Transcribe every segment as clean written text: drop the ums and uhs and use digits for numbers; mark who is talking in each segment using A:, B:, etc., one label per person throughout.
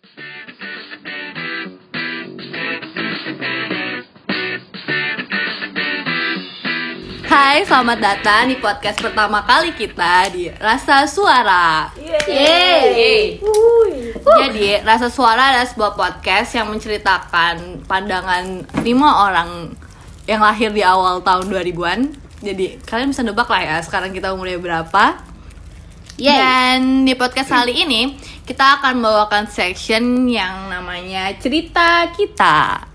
A: Hai, selamat datang di podcast pertama kali kita di Rasa Suara. Yeay. Jadi, Rasa Suara adalah sebuah podcast yang menceritakan pandangan 5 orang yang lahir di awal tahun 2000-an. Jadi, kalian bisa nebak lah ya sekarang kita umurnya berapa. Dan di podcast kali ini kita akan membawakan section yang namanya Cerita Kita.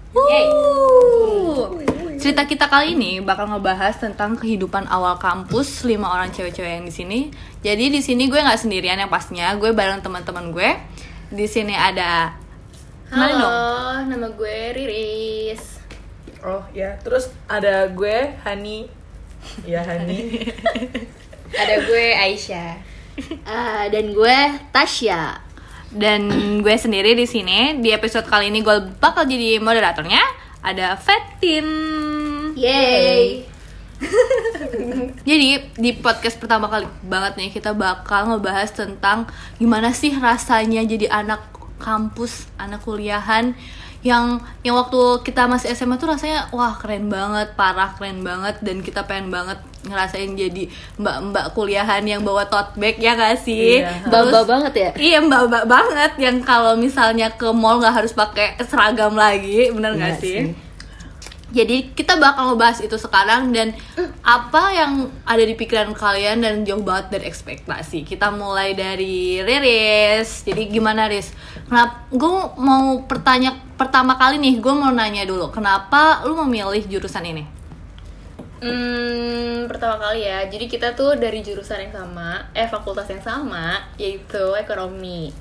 A: Cerita kita kali ini bakal ngebahas tentang kehidupan awal kampus 5 orang cewek-cewek yang di sini. Jadi di sini gue nggak sendirian yang pastinya, gue bareng teman-teman gue. Di sini ada
B: Halo, nama gue Riris.
C: Oh ya, terus ada gue Hani. Ya Hani.
B: Ada gue Aisyah.
D: Dan gue Tasya.
A: dan gue sendiri di sini. Di episode kali ini gue bakal jadi moderatornya. Ada Fatin.
D: Yeay.
A: Jadi di podcast pertama kali banget nih kita bakal ngebahas tentang gimana sih rasanya jadi anak kampus, anak kuliahan yang waktu kita masih SMA tuh rasanya wah keren banget, parah keren banget, dan kita pengen banget ngerasain jadi mbak-mbak kuliahan yang bawa tote bag, ya gak sih?
C: Iya.
D: Mbak-mbak banget ya?
A: Iya, mbak-mbak banget yang kalau misalnya ke mall nggak harus pakai seragam lagi, bener nggak sih? Jadi kita bakal ngebahas itu sekarang dan apa yang ada di pikiran kalian dan jauh banget dari ekspektasi. Kita mulai dari Riris. Jadi gimana Riz? Kenapa? Gue mau pertama kali nih, gue mau nanya dulu, kenapa lu memilih jurusan ini?
B: Pertama kali ya. Jadi kita tuh dari jurusan yang sama, fakultas yang sama, yaitu ekonomi.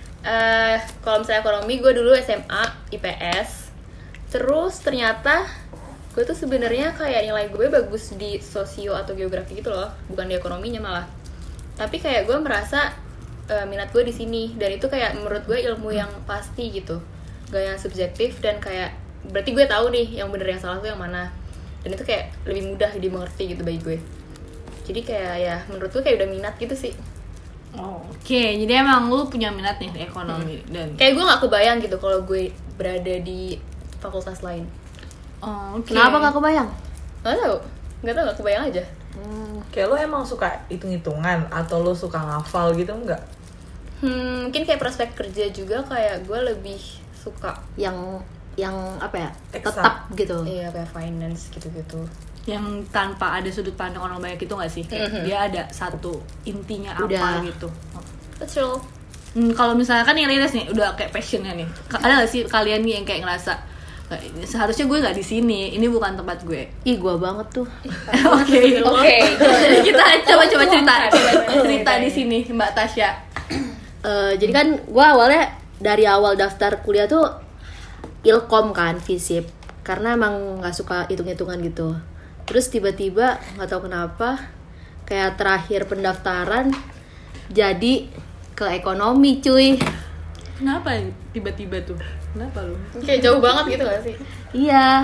B: Kalau misalnya ekonomi, gue dulu SMA IPS. Terus ternyata gue tuh sebenarnya kayak nilai gue bagus di sosio atau geografi gitu loh, bukan di ekonominya malah. Tapi kayak gue merasa minat gue di sini, dan itu kayak menurut gue ilmu yang pasti gitu, gak yang subjektif, dan kayak berarti gue tahu nih yang bener yang salah tuh yang mana, dan itu kayak lebih mudah dimengerti gitu bagi gue. Jadi kayak ya menurut gue kayak udah minat gitu sih.
A: Oke, jadi emang lu punya minat nih di ekonomi dan
B: Kayak gue gak kebayang gitu kalau gue berada di fakultas lain.
D: Kenapa gak kebayang?
B: Gak tau, gak kebayang aja.
C: Kayak lo emang suka hitung-hitungan atau lo suka ngafal gitu enggak?
B: Mungkin kayak prospek kerja juga kayak gue lebih suka.
D: Yang apa ya?
C: Eksak.
D: Tetap gitu.
B: Iya, kayak finance gitu-gitu.
A: yang tanpa ada sudut pandang orang banyak itu nggak sih? Kayak dia ada satu intinya apa
D: Udah.
A: gitu.
B: Betul.
A: Kalau misalnya kan yang Riris nih udah kayak passionnya nih, ada nggak sih kalian nih yang kayak ngerasa seharusnya gue nggak di sini, ini bukan tempat gue.
D: Ih, gua banget tuh.
A: Oke. Kita coba cerita
B: Oke.
A: di sini, Mbak Tasya.
D: Jadi kan gua awalnya dari awal daftar kuliah tuh ilkom kan, FISIP. Karena emang nggak suka hitung-hitungan gitu. Terus tiba-tiba nggak tahu kenapa kayak terakhir pendaftaran jadi ke ekonomi, cuy.
A: Kenapa tiba-tiba tuh? Kenapa lu?
B: Kayak jauh banget gitu gak sih?
D: Iya.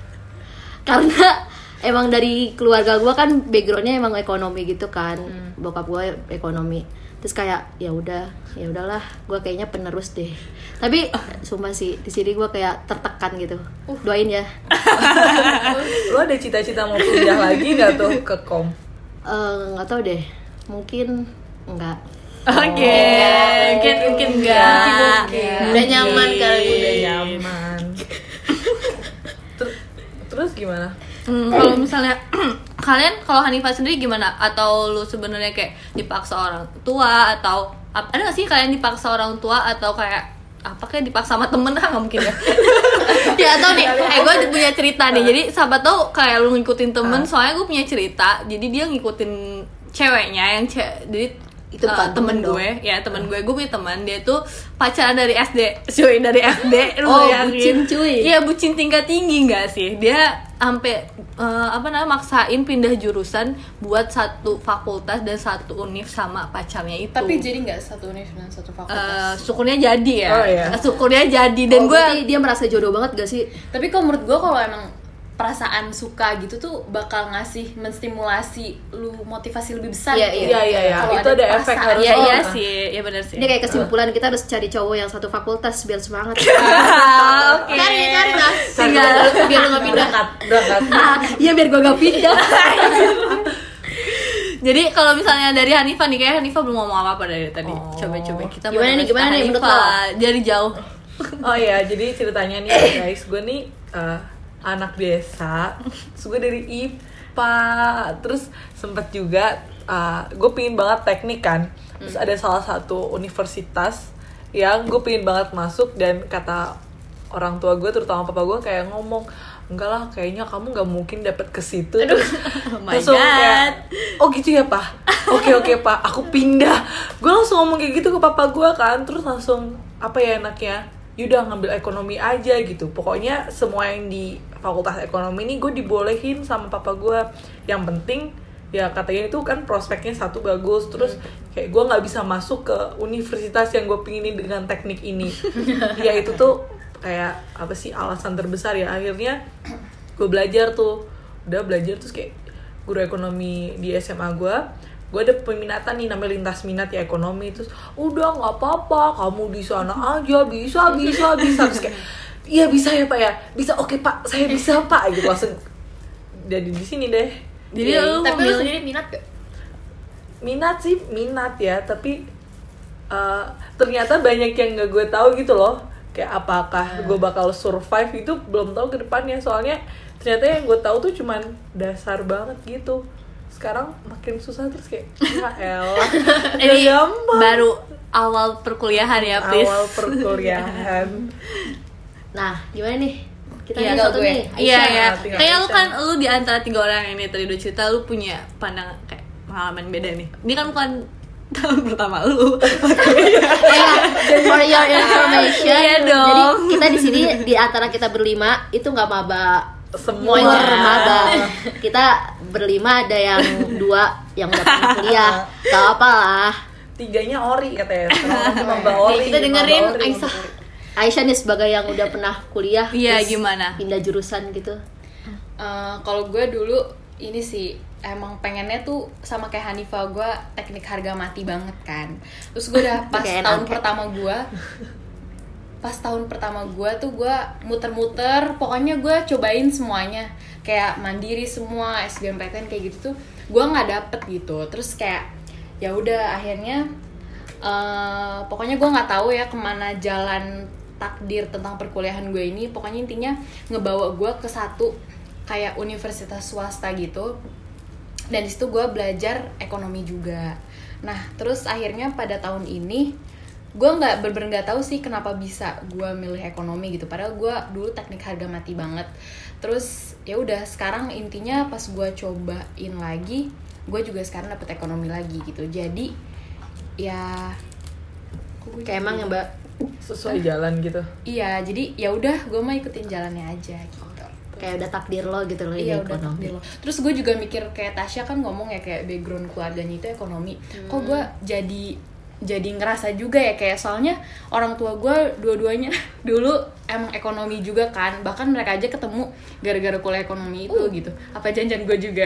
D: Karena emang dari keluarga gue kan backgroundnya emang ekonomi gitu kan. Bokap gue ekonomi. Terus kayak ya udahlah, gue kayaknya penerus deh. Tapi sumpah sih di sini gue kayak tertekan gitu. Doain ya.
C: Lo ada cita-cita mau kuliah lagi nggak tuh ke kom?
D: Nggak tahu deh. Mungkin enggak.
A: Oke, mungkin enggak.
B: Udah nyaman kali.
C: Udah nyaman. Terus gimana?
A: Kalau misalnya kalian, kalau Hanifah sendiri gimana? Atau lu sebenarnya kayak dipaksa orang tua, atau ada nggak sih kalian dipaksa orang tua, atau kayak apa kayak dipaksa sama temen? Nggak mungkin ya. Ya atau nih, gue punya cerita nih. Jadi sahabat tuh kayak lu ngikutin temen, soalnya gue punya cerita. Jadi dia ngikutin ceweknya yang jadi
D: Itu bukan
A: temen
D: temen dong.
A: gue, ya temen gue punya teman, dia tuh pacaran dari SD, cuy, dari SD. Lu
D: Oh,
A: bayangin.
D: bucin, cuy.
A: Iya, bucin tingkat tinggi nggak sih? Dia sampai maksain pindah jurusan buat satu fakultas dan satu univ sama pacarnya itu.
B: Tapi jadi nggak satu univ dan satu fakultas.
A: syukurnya jadi ya.
C: Oh, iya.
A: Syukurnya jadi, dan gue
D: Berarti dia merasa jodoh banget gak sih?
B: Tapi kalau menurut gue kalau emang perasaan suka gitu tuh bakal menstimulasi lu motivasi lebih besar.
C: Iya.
B: Kalau
C: Itu ada efek
B: perasaan.
C: harus.
A: Iya sih, ya benar sih.
D: Ini kayak kesimpulan kita harus cari cowok yang satu fakultas biar semangat.
A: Oke.
D: Cari lah.
A: Tinggal
D: Biar lu gak pindah.
C: Berangkat.
D: Iya biar gue gak pindah.
A: Jadi kalau misalnya dari Hanifah nih, kayak Hanifah belum ngomong apa-apa dari tadi. Coba kita
D: Gimana nih menurut lo?
A: Dari jauh.
C: Oh iya, jadi ceritanya nih guys, gue nih anak biasa, terus gue dari IPA, terus sempet juga gue pingin banget teknik kan, terus ada salah satu universitas yang gue pingin banget masuk, dan kata orang tua gue, terutama papa gue, kayak ngomong, enggak lah, kayaknya kamu nggak mungkin dapet ke situ. Terus
A: Oh my
C: langsung
A: God.
C: kayak, oh gitu ya pak, oke pak, aku pindah. Gue langsung ngomong kayak gitu ke papa gue kan, terus langsung apa ya enaknya, yaudah ngambil ekonomi aja gitu. Pokoknya semua yang di fakultas ekonomi ini gue dibolehin sama papa gue. Yang penting ya katanya itu kan prospeknya satu bagus, terus kayak gue nggak bisa masuk ke universitas yang gue pinginin dengan teknik ini. Ya itu tuh kayak apa sih alasan terbesar ya. Akhirnya gue belajar terus kayak guru ekonomi di SMA gue ada peminatan nih namanya lintas minat ya ekonomi, terus udah nggak apa-apa kamu di sana aja, bisa terus kayak iya bisa ya pak ya, bisa, oke pak saya bisa pak gitu, langsung jadi di sini deh.
A: Jadi
C: Ya,
A: lu
B: Tapi lu
A: memilih
B: sendiri minat gak?
C: minat ya, tapi ternyata banyak yang nggak gue tahu gitu loh, kayak apakah gue bakal survive itu belum tahu ke depannya, soalnya ternyata yang gue tahu tuh cuman dasar banget gitu. Sekarang makin susah, terus kayak ya elah.
A: ini
C: gampang.
A: baru awal perkuliahan ya, please.
C: Awal perkuliahan.
D: Nah, gimana nih? Kita
A: Iya,
D: nih satu
B: gue.
D: nih.
A: Iya
D: Aisyah.
A: ya.
C: tinggal
A: Kayak lu
C: Aisyah.
A: kan lu di antara 3 orang ini tadi udah cerita, lu punya pandangan kayak pengalaman beda nih. Ini kan bukan tahun pertama lu.
D: For your information.
A: Iya dong.
D: Jadi kita di sini di antara kita berlima itu nggak maba
C: Semuanya.
D: maba. Kita berlima ada yang 2 yang udah pernah kuliah. Gak apa lah.
C: 3-nya ori katanya. Sekarang cuma Mbak Ori.
B: Kita dengerin
C: Mbak Ori.
B: Aisyah.
D: Aisyah nih sebagai yang udah pernah kuliah.
A: Iya,
D: terus
A: gimana?
D: Pindah jurusan gitu.
B: Kalau gue dulu ini sih emang pengennya tuh sama kayak Hanifah, gue teknik harga mati banget kan. Terus gue udah pas
D: Kayak
B: tahun
D: enak.
B: pertama gue tuh gue muter-muter, pokoknya gue cobain semuanya, kayak mandiri semua, SBMPTN kayak gitu tuh gue nggak dapet gitu. Terus kayak ya udah akhirnya pokoknya gue nggak tahu ya kemana jalan takdir tentang perkuliahan gue ini. Pokoknya intinya ngebawa gue ke satu kayak universitas swasta gitu, dan disitu gue belajar ekonomi juga. Nah terus akhirnya pada tahun ini gue bener-bener nggak tahu sih kenapa bisa gue milih ekonomi gitu, padahal gue dulu teknik harga mati banget. Terus ya udah sekarang intinya pas gue cobain lagi, gue juga sekarang dapet ekonomi lagi gitu. Jadi ya
D: Kayak emang yang Mbak
C: Sesuai jalan gitu.
B: iya, jadi ya udah gue mau ikutin jalannya aja gitu.
D: kayak udah takdir lo gitu loh
B: Iya
D: ini
B: udah
D: ekonomi.
B: takdir lo. Terus gue juga mikir kayak Tasya kan ngomong ya kayak background keluarganya itu ekonomi. Kok gue jadi ngerasa juga ya kayak, soalnya orang tua gue dua-duanya dulu emang ekonomi juga kan, bahkan mereka aja ketemu gara-gara kuliah ekonomi itu gitu. Apa janjian gue juga?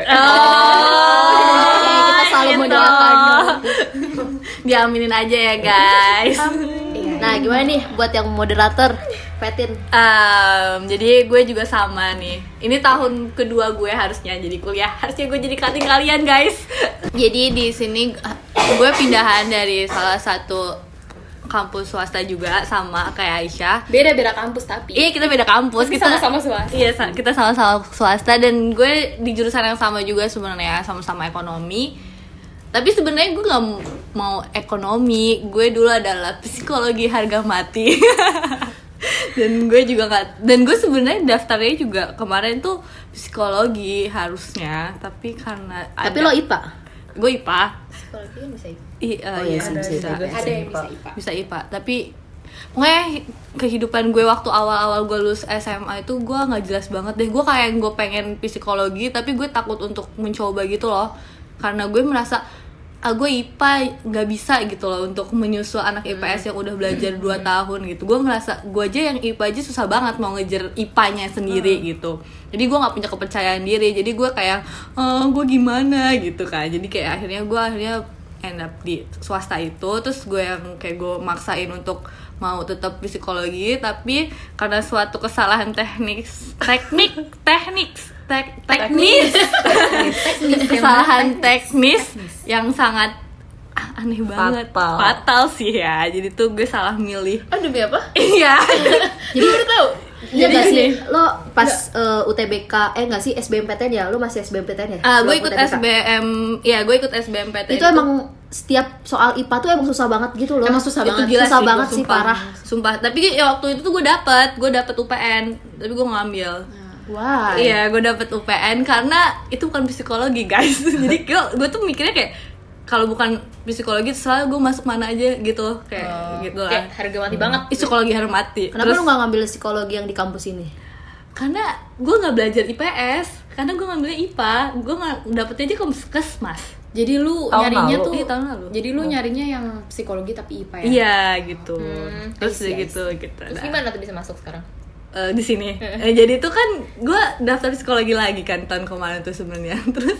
D: Kita selalu
A: Gitu.
D: mendoakan.
A: Diaminin aja ya guys.
B: Iya.
D: Nah, gimana nih buat yang moderator, Fatin?
A: Jadi gue juga sama nih. Ini tahun kedua gue harusnya jadi kuliah. Harusnya gue jadi cutting kalian guys. Jadi di sini gue pindahan dari salah satu kampus swasta juga sama kayak Aisyah.
B: Beda-beda kampus tapi.
A: Iya, kita beda kampus.
B: Tapi
A: Kita
B: sama-sama swasta.
A: Iya, kita sama-sama swasta, dan gue di jurusan yang sama juga sebenarnya, sama-sama ekonomi. Tapi sebenarnya gue nggak mau ekonomi. Gue dulu adalah psikologi harga mati. Dan gue juga nggak. Dan gue sebenarnya daftarnya juga kemarin tuh psikologi harusnya, tapi karena
D: Tapi lo IPA.
A: gue IPA.
B: Psikologi kan bisa itu.
D: iya
A: Iya,
D: sih,
C: Ada
D: bisa.
C: juga
B: Ada yang
C: sih,
B: bisa
C: Pak.
B: IPA.
A: Bisa IPA, tapi pokoknya kehidupan gue waktu awal-awal gue lulus SMA itu gue nggak jelas banget deh. Gue kayak gue pengen psikologi, tapi gue takut untuk mencoba gitu loh, karena gue merasa gue IPA nggak bisa gitu loh untuk menyusul anak IPS yang udah belajar 2 tahun gitu. Gue ngerasa gue aja yang IPA aja susah banget mau ngejar IPA-nya sendiri gitu. Jadi gue nggak punya kepercayaan diri. Jadi gue kayak gue gimana gitu kan. Jadi kayak akhirnya end up di swasta itu. Terus gue yang kayak gue maksain untuk mau tetap psikologi, tapi karena suatu kesalahan teknis kesalahan teknis yang sangat aneh banget, fatal sih ya. Jadi tuh gue salah milih.
B: Demi apa?
A: Iya.
B: Jadi udah tahu.
D: Iya gak sih? Lo pas UTBK, nggak sih SBMPTN ya? Lo masih SBMPTN ya?
A: Gue ikut SBM, ya gue ikut SBMPTN.
D: Itu emang setiap soal IPA tuh emang susah banget gitu loh.
B: Emang susah banget.
A: Gila
D: susah
A: sih,
D: banget sih,
A: sumpah.
D: parah.
A: Sumpah. Tapi ya waktu itu tuh gue dapet UPN, tapi gue ngambil.
D: Wah.
A: Iya, gue dapet UPN karena itu bukan psikologi guys. Jadi gue tuh mikirnya kayak kalau bukan psikologi selalu gue masuk mana aja gitu, kayak gitu lah.
B: Kayak harga mati banget.
A: Psikologi harga mati.
D: Kenapa lu nggak ngambil psikologi yang di kampus ini?
A: Karena gue nggak belajar IPS, karena gue ngambilnya IPA, gue nggak dapetnya aja Keskesmas.
B: Jadi lu
C: Tahun
B: nyarinya
C: lalu.
B: tuh
A: Iya, tahun lalu.
B: Jadi lu nyarinya yang psikologi tapi IPA ya?
A: Iya gitu. Terus
B: I see.
A: gitu.
B: Terus gimana tuh bisa masuk sekarang?
A: Di sini. Jadi tuh kan gue daftar psikologi lagi kan tahun kemarin tuh sebenarnya. Terus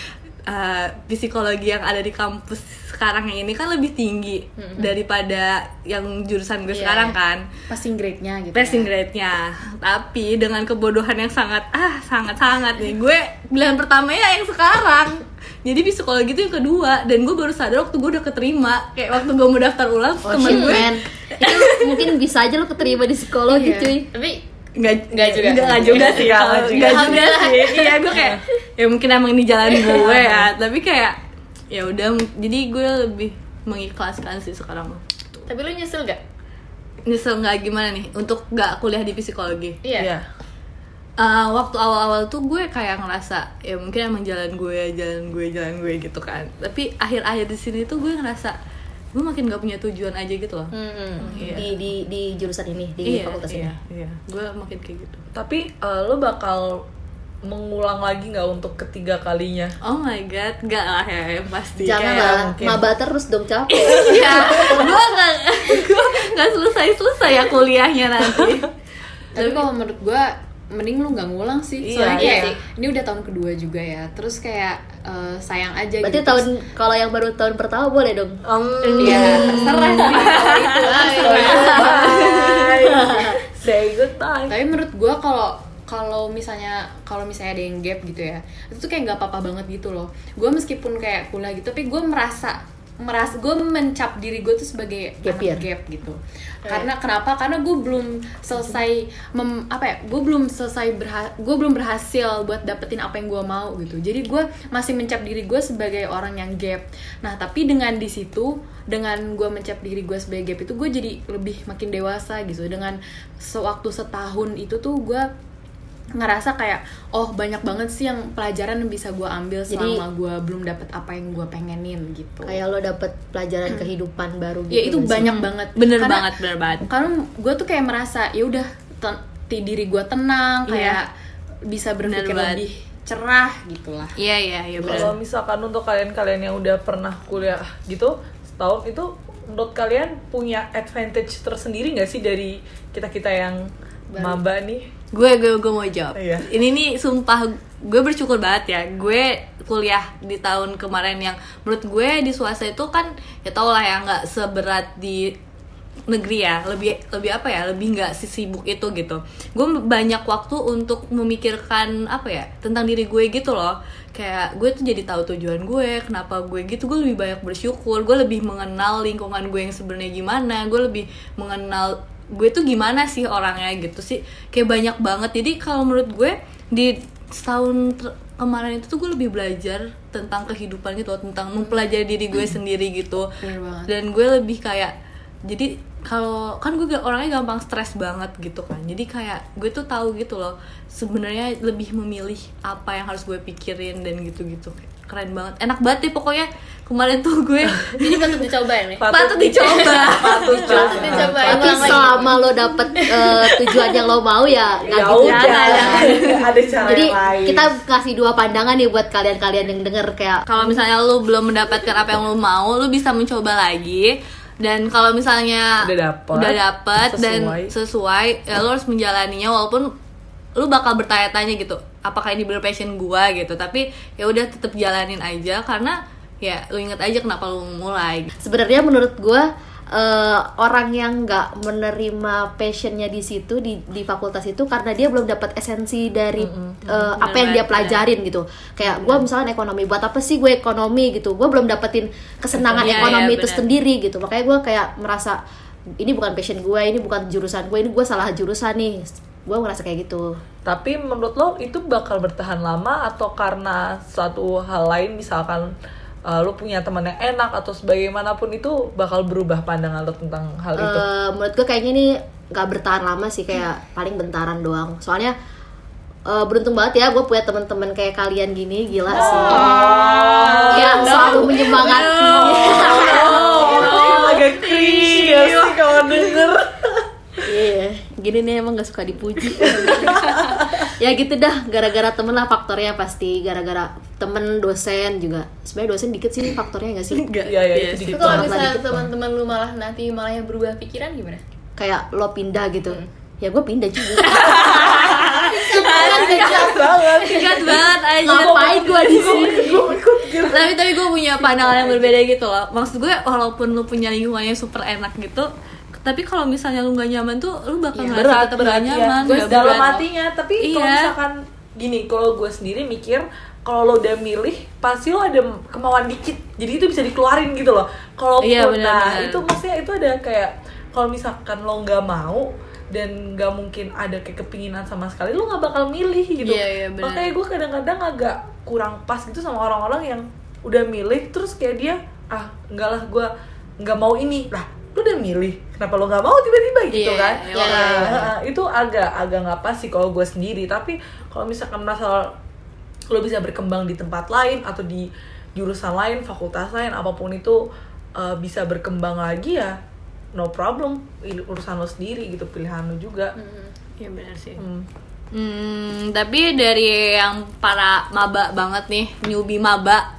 A: psikologi yang ada di kampus sekarang ini kan lebih tinggi daripada yang jurusan gue sekarang kan.
B: Passing grade-nya gitu.
A: Passing grade-nya. Tapi dengan kebodohan yang sangat nih, gue pilihan pertamanya yang sekarang. Jadi psikologi itu yang kedua, dan gue baru sadar waktu gue udah keterima. Kayak waktu gue mau daftar ulang, temen gue
D: itu mungkin bisa aja lo keterima di psikologi
B: Iya.
D: cuy.
B: Tapi
A: Nggak juga sih. Iya, gue kayak ya mungkin emang ini jalan gue ya, tapi kayak ya udah, jadi gue lebih mengikhlaskan sih sekarang.
B: Tapi lu nyesel gak?
A: Nyesel nggak gimana nih untuk nggak kuliah di psikologi?
B: Iya.
A: Waktu awal-awal tuh gue kayak ngerasa ya mungkin emang jalan gue gitu kan. Tapi akhir-akhir di sini tuh gue ngerasa gue makin gak punya tujuan aja gitu loh. Iya.
D: Di jurusan ini, di fakultas ini.
A: Iya. Gue makin kayak gitu.
C: Tapi lo bakal mengulang lagi nggak untuk ketiga kalinya?
A: Oh my god, gak lah ya, pasti.
D: Jangan
A: Kayak
D: lah,
C: mungkin.
D: maba terus dong capek.
A: Iya, gue nggak selesai ya kuliahnya nanti.
B: Tapi kalau menurut gue mending lu nggak ngulang sih.
C: Iya,
B: Soalnya
C: iya
B: kayak ini udah tahun kedua juga ya. Terus kayak sayang aja
D: Berarti
B: gitu.
D: tahun kalau yang baru tahun pertama boleh dong.
B: Iya, terserah sih kalau itu.
C: Say goodbye.
B: Tapi menurut gue kalau misalnya ada yang gap gitu ya, itu tuh kayak nggak apa-apa banget gitu loh. Gue meskipun kayak kuliah gitu, tapi gue merasa gue mencap diri gue tuh sebagai
D: Gap
B: anak
D: year.
B: gap gitu. Karena kenapa? Karena gue belum selesai gue belum berhasil buat dapetin apa yang gue mau gitu. Jadi gue masih mencap diri gue sebagai orang yang gap. Nah tapi dengan gue mencap diri gue sebagai gap itu, gue jadi lebih makin dewasa gitu. Dengan sewaktu setahun itu tuh gue ngerasa kayak banyak banget sih yang pelajaran yang bisa gue ambil selama gue belum dapet apa yang gue pengenin gitu.
D: Kayak lo dapet pelajaran kehidupan baru gitu.
B: Ya itu
D: nggak sih?
B: banyak banget.
A: Bener
B: Karena-
A: banget.
B: Karena gue tuh kayak merasa ya udah diri gue tenang, kayak bisa berpikir
A: banget.
B: lebih cerah gitulah.
A: Iya
C: Kalau
A: benar.
C: misalkan untuk kalian yang udah pernah kuliah gitu setahun itu, menurut kalian punya advantage tersendiri nggak sih dari kita yang maba nih?
A: Gue mau jawab.
C: Iya.
A: Ini nih sumpah gue bersyukur banget ya. Gue kuliah di tahun kemarin yang menurut gue di swasta itu kan ya tau lah ya nggak seberat di negeri ya, lebih apa ya, lebih nggak sibuk itu gitu. Gue banyak waktu untuk memikirkan apa ya tentang diri gue gitu loh. Kayak gue tuh jadi tahu tujuan gue, kenapa gue gitu. Gue lebih banyak bersyukur, gue lebih mengenal lingkungan gue yang sebenarnya gimana, gue lebih mengenal gue tuh gimana sih orangnya gitu sih, kayak banyak banget. Jadi kalau menurut gue di setahun kemarin itu tuh gue lebih belajar tentang kehidupan gitu, tentang mempelajari diri gue sendiri gitu.
B: Bener banget.
A: Dan gue lebih kayak, jadi kalau kan gue orangnya gampang stres banget gitu kan, jadi kayak gue tuh tahu gitu loh sebenarnya lebih memilih apa yang harus gue pikirin dan gitu-gitu. keren banget, enak banget deh pokoknya. Kemarin tuh gue
B: Jadi patut dicoba ya nih.
A: patut dicoba.
C: Patut
B: dicoba.
D: Tapi selama lo dapet tujuan yang lo mau ya nggak
C: Ya
D: gitu.
C: udah, ada cara
D: Jadi
C: yang lain.
D: kita kasih 2 pandangan nih buat kalian-kalian yang denger kayak
A: Kalau misalnya lu belum mendapatkan apa yang lu mau, lu bisa mencoba lagi. Dan kalau misalnya
C: Udah dapet,
A: dan sesuai, ya lu harus menjalaninya walaupun lu bakal bertanya-tanya gitu, apakah ini bener passion gua gitu. Tapi ya udah tetap jalanin aja karena ya lu inget aja kenapa lu mulai.
D: sebenarnya menurut gue orang yang nggak menerima passionnya di situ di fakultas itu karena dia belum dapat esensi dari apa yang dia pelajarin gitu. Kayak gue misalnya ekonomi, buat apa sih gue ekonomi gitu? Gue belum dapetin kesenangan
A: Iya,
D: ekonomi
A: iya,
D: itu
A: benar.
D: sendiri gitu. Makanya gue kayak merasa ini bukan passion gue, ini bukan jurusan gue, ini gue salah jurusan nih. Gue ngerasa kayak gitu.
C: Tapi menurut lo itu bakal bertahan lama atau karena suatu hal lain, misalkan lo punya teman yang enak atau sebagaimanapun, itu bakal berubah pandangan lo tentang hal itu?
D: Menurut gue kayaknya ini nggak bertahan lama sih, kayak paling bentaran doang. Soalnya beruntung banget ya gue punya teman-teman kayak kalian gini, gila sih. Ya selalu menyemangati.
C: Agak cringe ya sih kalau denger.
D: Iya, gini nih emang gak suka dipuji. Ya gitu dah, gara-gara temen lah faktornya pasti. Gara-gara temen, dosen juga. Sebenarnya dosen dikit sih faktornya gak sih?
C: Iya, itu
B: Tapi
C: dikit
B: kalau
C: banget.
B: misalnya
D: dikit
B: teman-teman lu malah nanti malah yang berubah pikiran gimana?
D: Kayak lo pindah gitu. Ya gue pindah juga.
C: Tegas banget.
A: Tegas banget aja.
D: Ngapain gue di sini?
A: Tapi gue punya pandangan yang berbeda gitu loh. Maksud gue walaupun lu punya lingkungannya super enak gitu, tapi kalau misalnya lu nggak nyaman tuh lu bakal ngerasa tetap nggak nyaman.
C: Gue
A: nggak
C: dalam
A: berat.
C: hatinya. Tapi kalau
A: Iya.
C: misalkan gini, kalau gue sendiri mikir, kalau lo udah milih pasti lo ada kemauan dikit, jadi itu bisa dikeluarin gitu loh. Kalau
A: Iya,
C: nah
A: benar-benar.
C: itu maksudnya itu ada kayak, kalau misalkan lo nggak mau dan nggak mungkin ada kayak kepinginan sama sekali, lo nggak bakal milih gitu.
A: Iya, benar.
C: Makanya gue kadang-kadang agak kurang pas gitu sama orang-orang yang udah milih terus kayak dia enggak lah, gue nggak mau ini lah. Lu udah milih, kenapa lo nggak mau tiba-tiba gitu
A: Iya,
C: kan?
A: iya,
C: Nah, itu agak nggak pas sih kalau gue sendiri. Tapi kalau misalkan masalah lo bisa berkembang di tempat lain atau di jurusan lain, fakultas lain, apapun itu bisa berkembang lagi ya no problem, urusan lo sendiri gitu, pilihan lo juga.
A: Iya benar sih. Tapi dari yang para maba banget nih, newbie maba.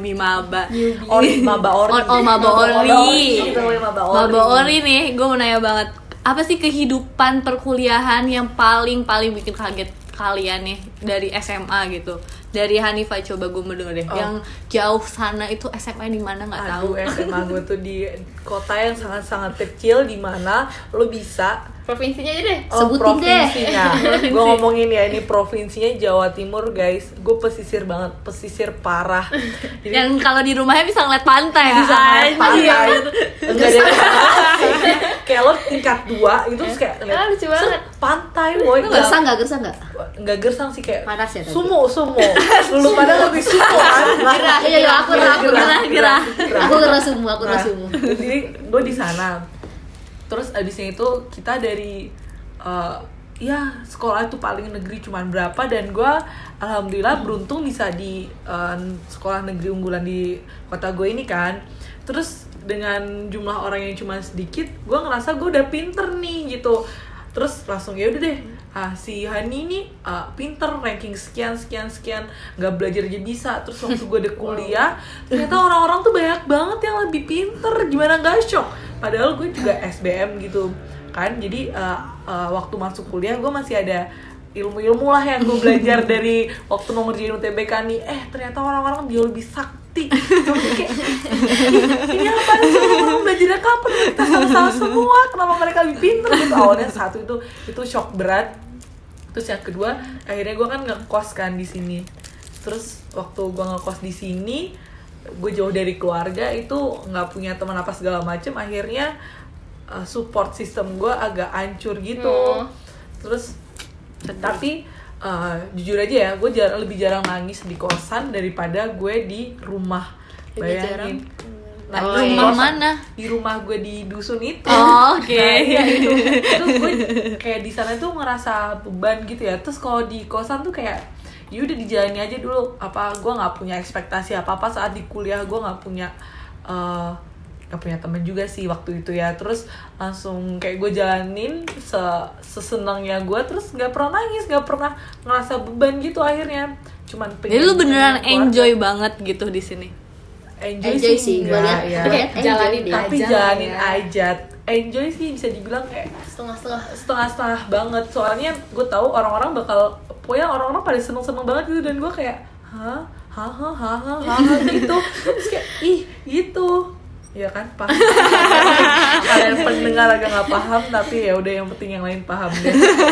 C: Maba ori.
A: Maba ori.
C: Gitu, maba
A: Maba ori nih, gue mau nanya banget. Apa sih kehidupan perkuliahan yang paling bikin kaget kalian nih dari SMA gitu? Dari Hanifah, coba gue mau denger deh. Yang jauh sana itu SMA di mana nggak tahu.
C: Aduh, SMA gue tuh di kota yang sangat-sangat kecil, di mana lo bisa
B: Provinsinya aja deh.
D: Sebutin deh.
C: provinsinya. Gue ngomongin ya, ini provinsinya Jawa Timur guys. Gue pesisir banget, pesisir parah. Jadi
A: Yang kalau di rumahnya bisa ngeliat pantai ya.
C: bisa ngeliat
A: Anjir.
C: pantai. Enggak ada kayak lo tingkat 2 itu terus kayak ngeliat
B: Lucu banget.
C: set, pantai boy.
D: Gersang nggak
C: Enggak gersang sih, kayak
D: Panas ya tadi?
C: sumo. Lu pada lebih sumo kan?
D: Iya, aku
A: gerah.
D: Aku ngerasa semua, aku ngerasa semua.
C: Jadi gue di sana. Terus abisnya itu kita dari ya sekolah itu paling negeri cuman berapa, dan gue alhamdulillah beruntung bisa di sekolah negeri unggulan di kota gue ini kan. Terus dengan jumlah orang yang cuma sedikit, gue ngerasa gue udah pinter nih gitu. Terus langsung ya udah deh, si Hani ini pinter, ranking sekian, nggak belajar aja bisa. Terus waktu gue udah kuliah, ternyata orang-orang tuh banyak banget yang lebih pinter. Gimana gak shock? Padahal gue juga SBM gitu kan. Jadi waktu masuk kuliah gue masih ada ilmu-ilmu lah yang gue belajar dari waktu mau ngerjain UTBK nih. Ternyata orang-orang jauh lebih sakti. Kayak, ini apa sih, orang belajarnya kapan? Kita sama-sama semua, kenapa mereka lebih pinter gitu. Awalnya satu itu shock berat. Terus yang kedua, akhirnya gue kan ngekos kan di sini. Terus waktu gue ngekos di sini, gue jauh dari keluarga, itu nggak punya teman apa segala macem. Akhirnya support system gue agak hancur gitu. Terus tapi jujur aja ya, gue lebih jarang nangis di kosan daripada gue di rumah. Bayangin. Nah,
A: Di
C: di
A: rumah
C: kosan-
A: mana?
C: Di rumah gue di dusun itu.
A: Oh, oke.
C: Nah, iya, itu gue kayak di sana tuh ngerasa beban gitu ya. Terus kalau di kosan tuh kayak ya udah dijalani aja dulu. Apa gue nggak punya ekspektasi apa saat di kuliah, gue nggak punya temen juga sih waktu itu ya. Terus langsung kayak gue jalanin sesenangnya gue, terus nggak pernah nangis, nggak pernah ngerasa beban gitu akhirnya. Cuman
A: Jadi lu beneran enjoy banget gitu di sini.
D: Enjoy sih gue lihat
C: ya.
D: tapi
C: jalanin aja. Enjoy sih bisa dibilang kayak setengah-setengah banget. Soalnya gue tahu orang-orang bakal, pokoknya orang-orang pada seneng-seneng banget gitu, dan gue kayak gitu. Terus kayak gitu. Ya kan, paham. Kalian pendengar agak nggak paham, tapi ya udah, yang penting yang lain paham deh.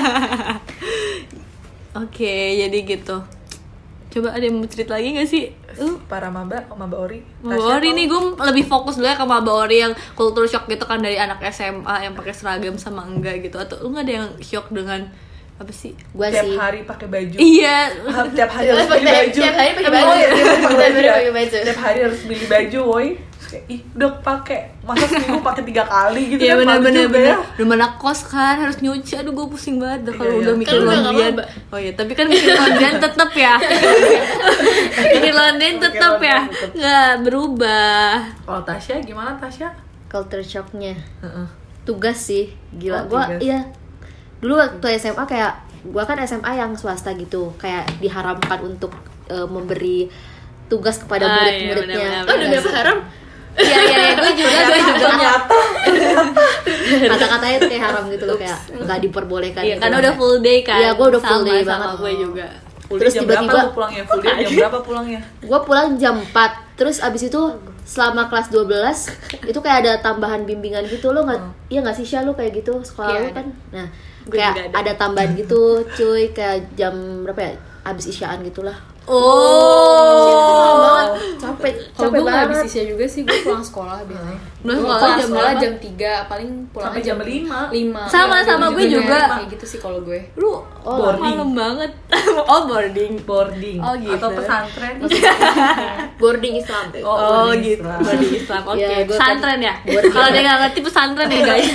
A: Oke, jadi gitu. Coba ada yang mau cerita lagi gak sih?
C: Para maba Ori.
A: Maba Ori nih, gue lebih fokus dulu ya ke Maba Ori yang culture shock gitu kan, dari anak SMA yang pakai seragam sama enggak gitu. Atau lu gak ada yang shock dengan apa sih?
D: Gua
C: tiap
D: sih
C: hari pakai baju.
A: Iya.
C: Tiap hari harus beli baju.
B: Tiap hari pakai baju.
C: Tiap hari harus beli baju, woi. Udah pakai, masa seminggu pakai 3 kali gitu.
A: Iya,
C: kan,
A: benar-benar
C: ya.
A: udah mana kos kan, harus nyuci. Aduh, gue pusing banget dah kalau
C: Iya,
A: udah
C: iya.
A: mikir
B: Kan udah
A: laundryan.
B: nggak
A: Oh iya, tapi kan mikir laundryan tetap ya. Mikir laundryan tetap ya, nggak berubah.
C: Kalau Tasya gimana, Tasya?
D: culture shocknya
C: Heeh.
D: tugas sih, gila.
C: Oh,
D: Gue
C: tugas.
D: iya dulu waktu SMA kayak gue kan SMA yang swasta gitu, kayak diharamkan untuk memberi tugas kepada
A: Ah, iya,
D: murid-muridnya.
A: benar-benar.
B: Oh, demi apa haram?
A: Iya, gue juga.
D: Kata-katanya tuh kayak haram gitu loh, kayak nggak diperbolehkan.
A: Iya,
D: gitu.
A: karena udah full day kan.
D: Iya, gue udah full day
A: sama
D: banget.
A: gue juga.
D: Terus
C: jam berapa
D: tiba-tiba
C: lu pulangnya? Full day jam berapa pulangnya?
D: gue pulang jam 4. Terus abis itu selama kelas 12 itu kayak ada tambahan bimbingan gitu. Lo nggak, iya nggak sih Syah, lu kayak gitu sekolah
B: Iya,
D: lu
B: ada.
D: kan? Nah,
A: Gue juga
D: kayak
A: ada.
D: ada tambahan gitu, cuy, kayak jam berapa ya? Abis isyaan gitulah.
A: Oh.
D: Capek,
B: Kalau
D: capek
B: gue nggak habis
D: banget.
B: isya juga sih, gue pulang sekolah biasanya.
A: Pulang
B: Gue
A: sekolah
B: pulang
A: jam
B: sekolah
A: berapa?
B: jam 3, paling pulangnya
C: Sampai jam 5.
B: 5.
A: Sama gue juga.
B: Kayak gitu sih kalau gue.
A: Lu
C: Boarding.
A: malam banget. Oh, boarding.
C: Boarding.
A: Oh, gitu.
C: Atau pesantren.
D: Boarding Islam.
A: Oh,
C: boarding
A: gitu.
C: Islam.
A: Boarding Islam. Oke.
D: Ya, gue
A: Pesantren ya.
D: boarding.
A: Kalau dia nggak ngerti pesantren ya, guys.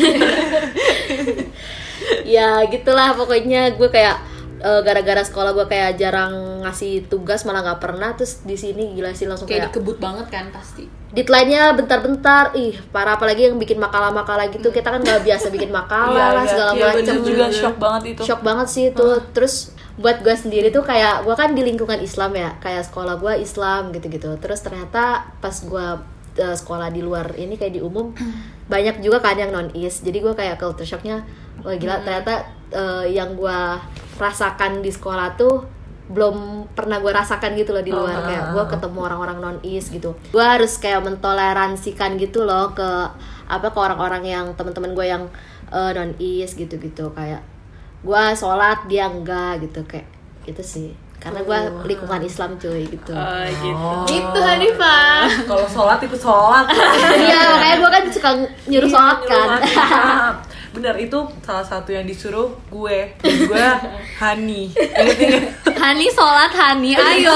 D: Ya gitulah pokoknya. Gue kayak gara-gara sekolah gue kayak jarang ngasih tugas, malah nggak pernah. Terus di sini gila sih, langsung
B: Kayak
D: kayak
B: dikebut banget kan pasti.
D: deadline-nya bentar-bentar. Ih, parah, apalagi yang bikin makalah-makalah gitu. Kita kan nggak biasa bikin makalah lah, segala macam.
C: Bener juga, shock banget itu.
D: Shock banget sih itu. Terus buat gue sendiri tuh kayak, gue kan di lingkungan Islam ya, kayak sekolah gue Islam gitu-gitu. Terus ternyata pas gue sekolah di luar ini, kayak di umum, banyak juga kan yang non-is. Jadi gue kayak culture shocknya, wah gila, ternyata yang gue rasakan di sekolah tuh belum pernah gue rasakan gitu loh di luar. Kayak gue ketemu orang-orang non-is gitu, gue harus kayak mentoleransikan gitu loh ke orang-orang yang teman-teman gue yang non-is gitu-gitu. Kayak gue sholat, dia enggak gitu, kayak gitu sih, karena gue lingkungan Islam cuy gitu.
A: Oh, gitu.
B: Itu Hanifah.
C: Kalau sholat ikut sholat.
D: Iya, makanya gue kan suka nyuruh sholat kan.
C: Bener, itu salah satu yang disuruh gue. Dan gue Hani. Ingat-ingat.
A: Hani sholat, Hani. Ayo.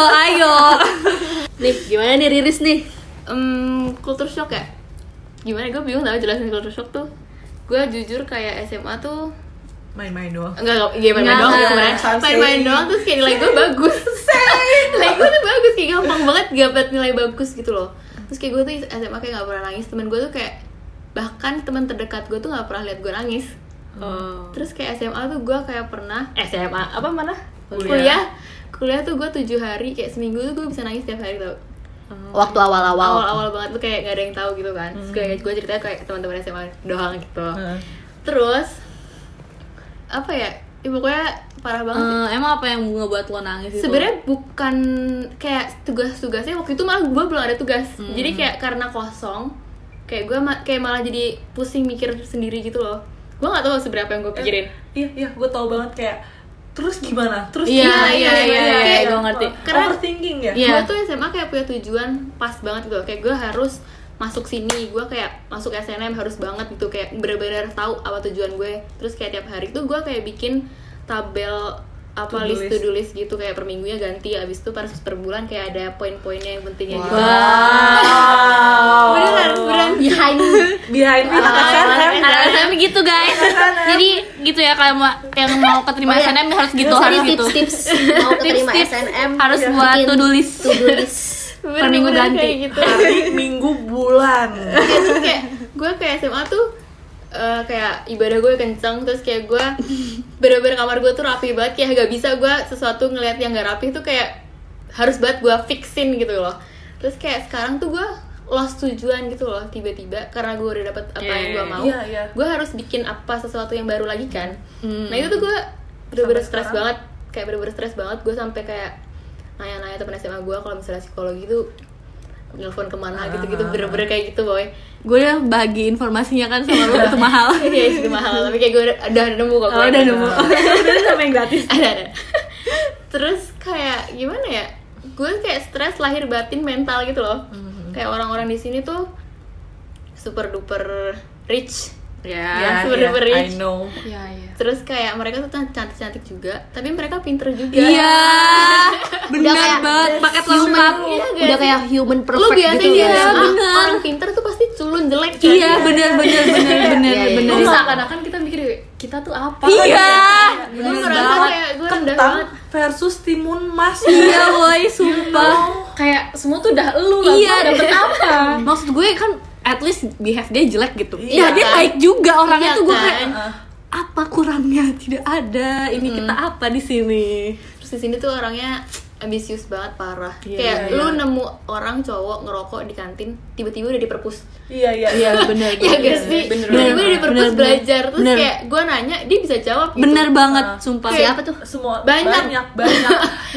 D: Nih, gimana nih Riris nih?
B: Culture shock ya? Gimana, gue bingung tau jelasin culture shock tuh. Gue jujur kayak SMA tuh
C: Main-main doang.
B: enggak main-main doang
A: Enggak.
B: sebenarnya. Main-main doang terus kayak nilai gue bagus. Nilai gue tuh bagus, kayak gampang banget dapet nilai bagus gitu loh. Terus kayak gue tuh SMA kayak gak pernah nangis. Temen gue tuh kayak, bahkan teman terdekat gue tuh gak pernah lihat gue nangis.
A: Oh.
B: Terus kayak SMA tuh gue kayak pernah SMA apa mana?
C: Kuliah.
B: Kuliah tuh gue 7 hari, kayak seminggu tuh gue bisa nangis tiap hari tau.
D: Waktu awal-awal.
B: Awal-awal banget tuh kayak gak ada yang tahu gitu kan. Terus kayak gue ceritanya kayak teman-teman SMA doang gitu.
C: Heeh.
B: Terus apa ya? Ya pokoknya parah banget sih.
A: Emang apa yang ngebuat lo nangis itu?
B: Sebenarnya bukan kayak tugas-tugasnya, waktu itu malah gue belum ada tugas. Jadi kayak karena kosong, kayak gue kayak malah jadi pusing mikir sendiri gitu loh. Gue nggak tahu seberapa yang gue pikirin.
C: Iya, gue tau banget kayak terus gimana? Terus
A: Iya,
C: gimana?
A: iya, gue ngerti.
B: Karena-
C: overthinking ya?
A: Iya.
B: Gue tuh SMA kayak punya tujuan pas banget gitu. Kayak gue harus masuk sini, gue kayak masuk SNM harus banget gitu, kayak bener-bener tahu apa tujuan gue. Terus kayak tiap hari tuh gue kayak bikin tabel apa list to do list gitu, kayak per minggunya ganti, abis itu per bulan kayak ada poin-poinnya yang pentingnya gitu.
C: Wow.
B: Beneran
C: Behind me
A: Anak SNM gitu guys. Jadi gitu ya, kalau yang mau keterima SNM harus gitu, harus gitu.
D: Tips-tips mau keterima
A: Tips-tips
D: SNM
A: harus buat
D: bikin
A: to-do list.
B: Per
A: minggu ganti.
B: kayak gitu.
C: hari minggu bulan.
B: Terus kayak gue kayak SMA tuh kayak ibadah gue kenceng, terus kayak gue bener-bener kamar gue tuh rapi banget, kayak gak bisa gue sesuatu ngeliat yang gak rapi tuh kayak harus banget gue fixin gitu loh. Terus kayak sekarang tuh gue lost tujuan gitu loh tiba-tiba, karena gue udah dapet apa yang gue mau. Gue harus bikin apa sesuatu yang baru lagi kan. Nah itu tuh gue bener-bener stres banget, kayak bener-bener stres banget. Gue sampai kayak nanya-nanya temen SMA gue kalau misalnya psikologi tuh nelfon kemana gitu-gitu, bener-bener kayak gitu boy.
A: Gue udah bagi informasinya kan sama lu, itu mahal.
B: Iya itu mahal, tapi kayak gue udah nemu kok.
A: Oh, udah nemu. Udah sama yang gratis.
B: Ada. Terus kayak gimana ya? Gue kayak stres lahir batin mental gitu loh. Kayak orang-orang di sini tuh super duper rich.
A: Ya.
B: Super duper rich.
C: I know.
B: Iya. Terus kayak mereka tuh cantik-cantik juga, tapi mereka pinter juga.
A: Iya. Bener
D: kayak
A: banget, paket
D: human,
A: lengkap.
B: Iya,
D: udah
B: guys.
D: kayak human
B: Lu
D: perfect
B: biasa
D: gitu
B: di
D: ya.
B: SMA,
A: bener.
B: orang pinter tuh pasti culun jelek kan?
A: Iya, bener.
D: Iya.
A: Bener.
E: Lu seakan-akan kita mikir kita tuh apa?
A: Iya.
B: Gue ngerasa kayak gue rendah banget.
C: Versus timun mas.
A: Iya, woi, sumpah.
E: Kayak semua tuh udah elu lah.
A: Iya,
E: Gua dapet apa?
A: Maksud gue kan at least behave dia jelek gitu.
C: Iya,
A: Ya dia
B: kan?
A: baik juga orangnya
B: Iya
A: tuh, gue
B: kan?
A: kayak apa kurangnya? Tidak ada. Ini kita apa di sini?
B: Terus di sini tuh orangnya ambisius banget parah.
A: Iya,
B: Kayak
C: iya.
B: lu nemu orang cowok ngerokok di kantin, tiba-tiba udah diperpus.
C: Iya.
A: Iya, bener.
B: Iya gak sih? Tiba-tiba udah diperpus
A: bener.
B: belajar. Terus
A: Bener.
B: kayak gue nanya, dia bisa jawab gitu.
A: Bener banget, sumpah.
D: Siapa tuh?
C: Semua
B: Banyak.
C: banyak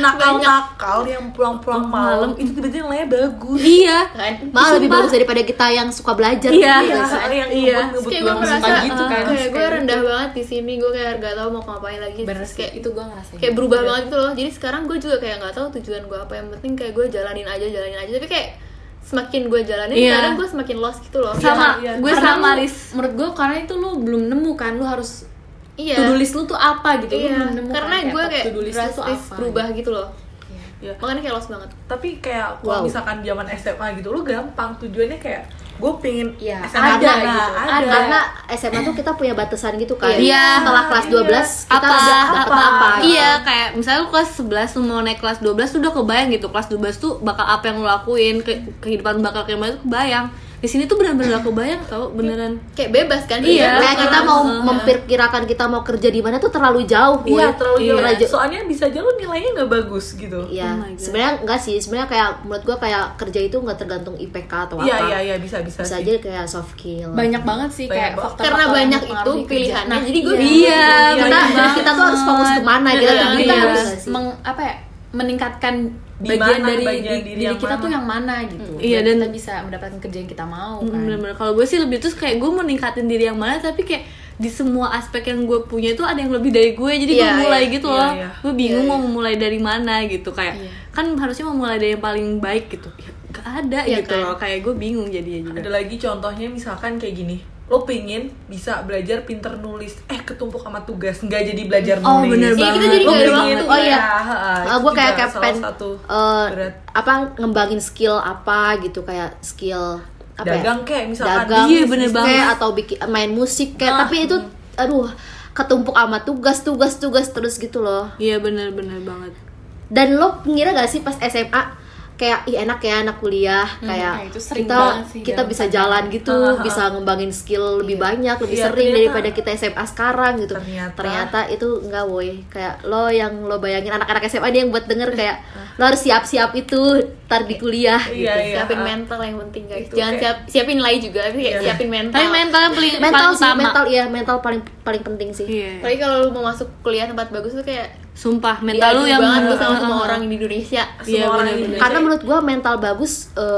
C: nakal yang pulang malam itu tiba-tiba nilainya bagus.
A: Iya.
B: Kan?
D: Malah lebih
A: Sumpah.
D: bagus daripada kita yang suka belajar.
A: Iya.
D: gitu.
C: Yang
A: Iya.
C: ngebut
B: Kayak gue
C: banget.
B: ngerasa
E: gitu kan.
B: kayak gue rendah banget di sini, gue kayak gak tahu mau ngapain lagi.
E: Bener
B: Terus
E: sih,
B: kayak
E: itu gue ngerasain.
B: kayak berubah banget gitu loh. Jadi sekarang gue juga kayak nggak tahu tujuan gue apa, yang penting kayak gue jalanin aja. Tapi kayak semakin gue jalanin,
A: Iya.
B: kadang gue semakin lost gitu loh.
A: Sama,
C: Iya.
A: gue
E: Karena
A: sama
E: lu-
A: Riz.
E: menurut gue karena itu lu belum nemu kan, lu harus
B: Iya.
E: to-do list lu tuh apa gitu. Lu
B: Iya.
E: belum nemu
B: Karena
E: kan,
B: gue kayak
E: to-do list lu tuh
B: drastis
E: apa
B: berubah gitu loh.
C: Iya.
B: Makanya kayak lost banget.
C: Tapi kayak kalau
D: Wow.
C: misalkan zaman SMA gitu lu gampang tujuannya kayak gue pengen
E: Iya,
C: SMA
E: ada
C: aja,
E: gitu.
C: ada.
D: Karena SMA tuh kita punya batasan gitu kan.
A: Iya.
D: Setelah kelas 12 kita
A: Apa?
D: udah dapet apa.
A: Iya, kayak misalnya lu kelas 11 lu mau naik kelas 12 tuh udah kebayang gitu. Kelas 12 tuh bakal apa yang lu lakuin, kehidupan bakal kayak gimana tuh kebayang. Di sini tuh benar-benar gak kebayang tau, beneran.
B: Kayak bebas kan?
A: Iya.
D: Kayak kita mau memperkirakan kita mau kerja di mana tuh terlalu jauh.
C: Iya,
D: woy.
C: terlalu jauh.
D: Terlalu jauh.
C: Soalnya bisa aja lu nilainya nggak bagus gitu.
D: Iya,
A: Oh my God.
D: sebenarnya enggak sih. Sebenarnya kayak menurut gua kayak kerja itu enggak tergantung IPK atau
C: Iya,
D: apa.
C: iya, bisa
D: Bisa
C: sih.
D: aja kayak soft skill.
E: Banyak banget sih
C: Banyak
E: kayak
C: banget.
E: faktor
B: Karena banyak itu pilihannya, jadi gue
A: Iya,
D: kita kita tuh harus fokus kemana kita
B: Iya,
D: tuh
E: kita
D: iya.
E: harus
D: Nggak sih?
E: meningkatkan
C: Di
E: bagian
C: mana,
E: dari
C: bagian diri
E: diri
C: yang
E: kita
C: mana.
E: tuh yang mana gitu.
A: Iya,
E: Biar
A: dan-
E: kita bisa mendapatkan kerja yang kita mau kan.
A: Bener-bener. Kalau gue sih lebih tuh kayak gue meningkatin diri yang mana, tapi kayak di semua aspek yang gue punya itu ada yang lebih dari gue, jadi gue
B: Iya,
A: mulai
B: iya.
A: gitu loh.
C: Iya, iya.
A: Gue bingung
B: Iya,
A: mau mulai dari mana gitu, kayak
E: Iya.
A: kan harusnya mau mulai dari yang paling baik gitu. Ya, gak ada
B: Iya
A: gitu
B: kan?
A: loh, kayak gue bingung jadinya juga.
C: Ada lagi contohnya misalkan kayak gini. Lo pengen bisa belajar pinter nulis, ketumpuk sama tugas, nggak jadi belajar
A: Oh,
C: nulis.
A: bener
B: Iya, kita
A: banget.
B: jadi
C: Lo
B: nggak ada
C: pengen,
B: waktu.
D: Oh, iya.
C: itu
D: Gue kayak
C: juga salah
D: pengen
C: satu berat.
D: apa ngembangin skill apa gitu, kayak skill apa
C: Dagang
D: ya?
C: kayak misalkan.
D: Dagang,
A: Iya, bener
D: kayak
A: banget.
D: atau bikin main musik kayak, tapi itu aduh ketumpuk sama tugas terus gitu loh.
A: Iya, bener-bener banget.
D: Dan lo ngira gak sih pas SMA kayak ih enak ya anak kuliah kayak
E: itu sering
D: kita
E: banget sih
D: kita
E: dalam
D: bisa
E: pandangan.
D: jalan gitu, bisa ngembangin skill lebih banyak, lebih
C: Iya,
D: sering
C: ternyata-
D: daripada kita SMA sekarang gitu.
C: Ternyata.
D: Itu enggak woy, kayak lo yang lo bayangin anak-anak SMA dia yang buat denger kayak lo harus siap-siap itu ntar di kuliah
C: Iya,
D: gitu.
C: iya.
B: Siapin mental yang penting guys.
C: Itu
B: Jangan
C: kayak-
B: siapin nilai juga, tapi kayak
C: Iya.
B: siapin mental.
A: Tapi mental yang paling
D: Mental sih,
A: utama.
D: mental paling penting sih.
A: Iya.
B: Apalagi kalau lu mau masuk kuliah tempat bagus tuh kayak
A: Sumpah, mental lu
B: diadu
A: yang
B: banget tuh sama semua orang di Indonesia.
A: Iya,
C: Semua orang
A: bener-bener.
C: Indonesia.
D: Karena menurut gua mental bagus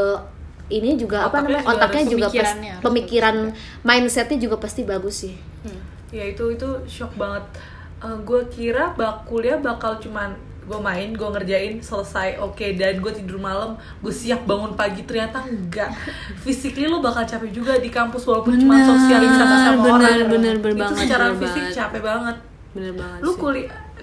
D: ini juga apa
C: Otaknya
D: namanya,
C: juga
D: otaknya
C: harus,
D: juga
E: pemikirannya harus
D: pemikiran mindsetnya juga pasti bagus sih.
C: Ya itu shock banget. Gue kira kuliah bakal cuman gue main, gue ngerjain, selesai, oke, dan gue tidur malam, gue siap bangun pagi. Ternyata enggak. Physically lo bakal capek juga di kampus walaupun cuma sosialisasi sama orang.
A: bener
C: Itu
A: banget,
C: secara
A: bener
C: fisik
A: banget.
C: capek banget.
A: Bener banget
C: Lu
A: sih.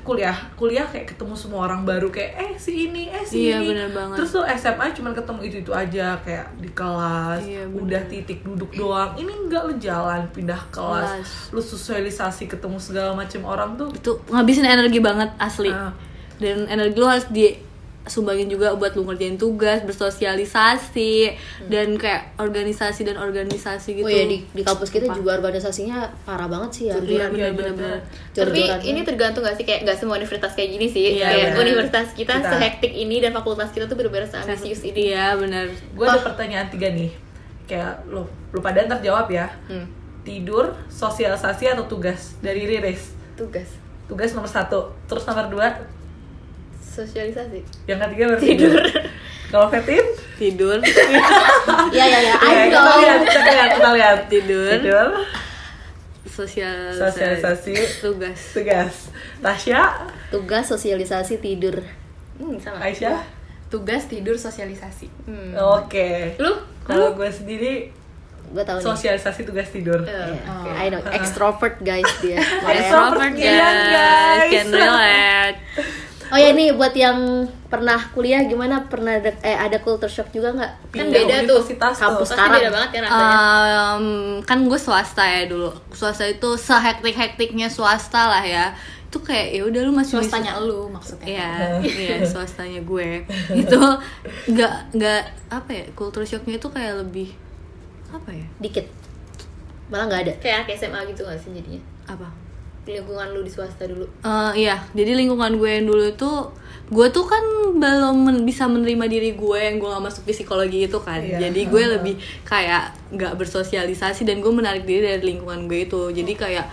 C: kuliah kayak ketemu semua orang baru, kayak si ini si
A: Iya,
C: ini.
A: bener banget.
C: Terus tuh SMA cuma ketemu itu aja, kayak di kelas
A: Iya, bener.
C: udah titik duduk doang. Ini enggak, lu jalan pindah kelas,
A: Kelas.
C: lu sosialisasi ketemu segala macam orang tuh.
A: Itu ngabisin energi banget asli.
C: Ah.
A: Dan energi lu harus disumbangin juga buat lu ngerjain tugas, bersosialisasi, dan kayak organisasi gitu.
D: Oh iya, di kampus kita juga organisasinya parah banget sih ya.
A: Iya,
C: Iya,
A: bener-bener.
B: Tapi
D: Jor-joran.
B: ini tergantung gak sih, kayak gak semua universitas kayak gini sih.
C: Iya,
B: Kayak
C: benar.
B: universitas kita
C: Kita.
B: sehektik ini dan fakultas kita tuh bener-bener seambisius ini.
A: Iya, bener.
C: Gue ada pertanyaan 3 nih. Kayak lu pada ntar jawab ya. Tidur, sosialisasi atau tugas? Dari Riris. Tugas nomor 1. Terus nomor 2,
B: Sosialisasi.
C: yang ketiga baru tidur. Kalau Fetin?
A: Tidur.
D: Iya.
C: Ya,
D: Ayo
C: kita
D: dong.
C: lihat.
A: Tidur.
C: Sosialisasi.
A: Tugas.
C: Tasya,
D: Tugas, sosialisasi, tidur.
B: Sama.
C: Aisyah.
E: Tugas, tidur, sosialisasi.
C: Oke.
B: Lu?
C: Kalau gue sendiri
D: Gue tahu nih.
C: sosialisasi, tugas tidur.
D: I know, extrovert guys dia.
C: Extrovert
A: Extrovert guys, can relate.
D: Oh ya nih, buat yang pernah kuliah gimana? Pernah ada culture shock juga nggak?
B: Kan
C: Pindah
B: beda tuh.
C: universitas
D: Kampus
B: Pasti
D: sekarang.
B: beda banget kan rasanya.
A: Kan gue swasta ya dulu. Swasta itu sehektik-hektiknya swasta lah ya. Itu kayak ya udah lu masih bisa-
E: Swastanya lu maksudnya.
A: Iya, swastanya gue. Itu nggak apa ya? Culture shocknya itu kayak lebih apa ya?
D: Dikit. Malah nggak ada.
B: Kayak SMA gitu gak sih jadinya?
A: Apa?
B: Lingkungan lu di swasta dulu.
A: Iya, jadi lingkungan gue yang dulu itu, gue tuh kan belum bisa menerima diri gue yang gue gak masuk psikologi itu kan.
C: Iya.
A: Jadi gue lebih kayak gak bersosialisasi dan gue menarik diri dari lingkungan gue itu. Jadi kayak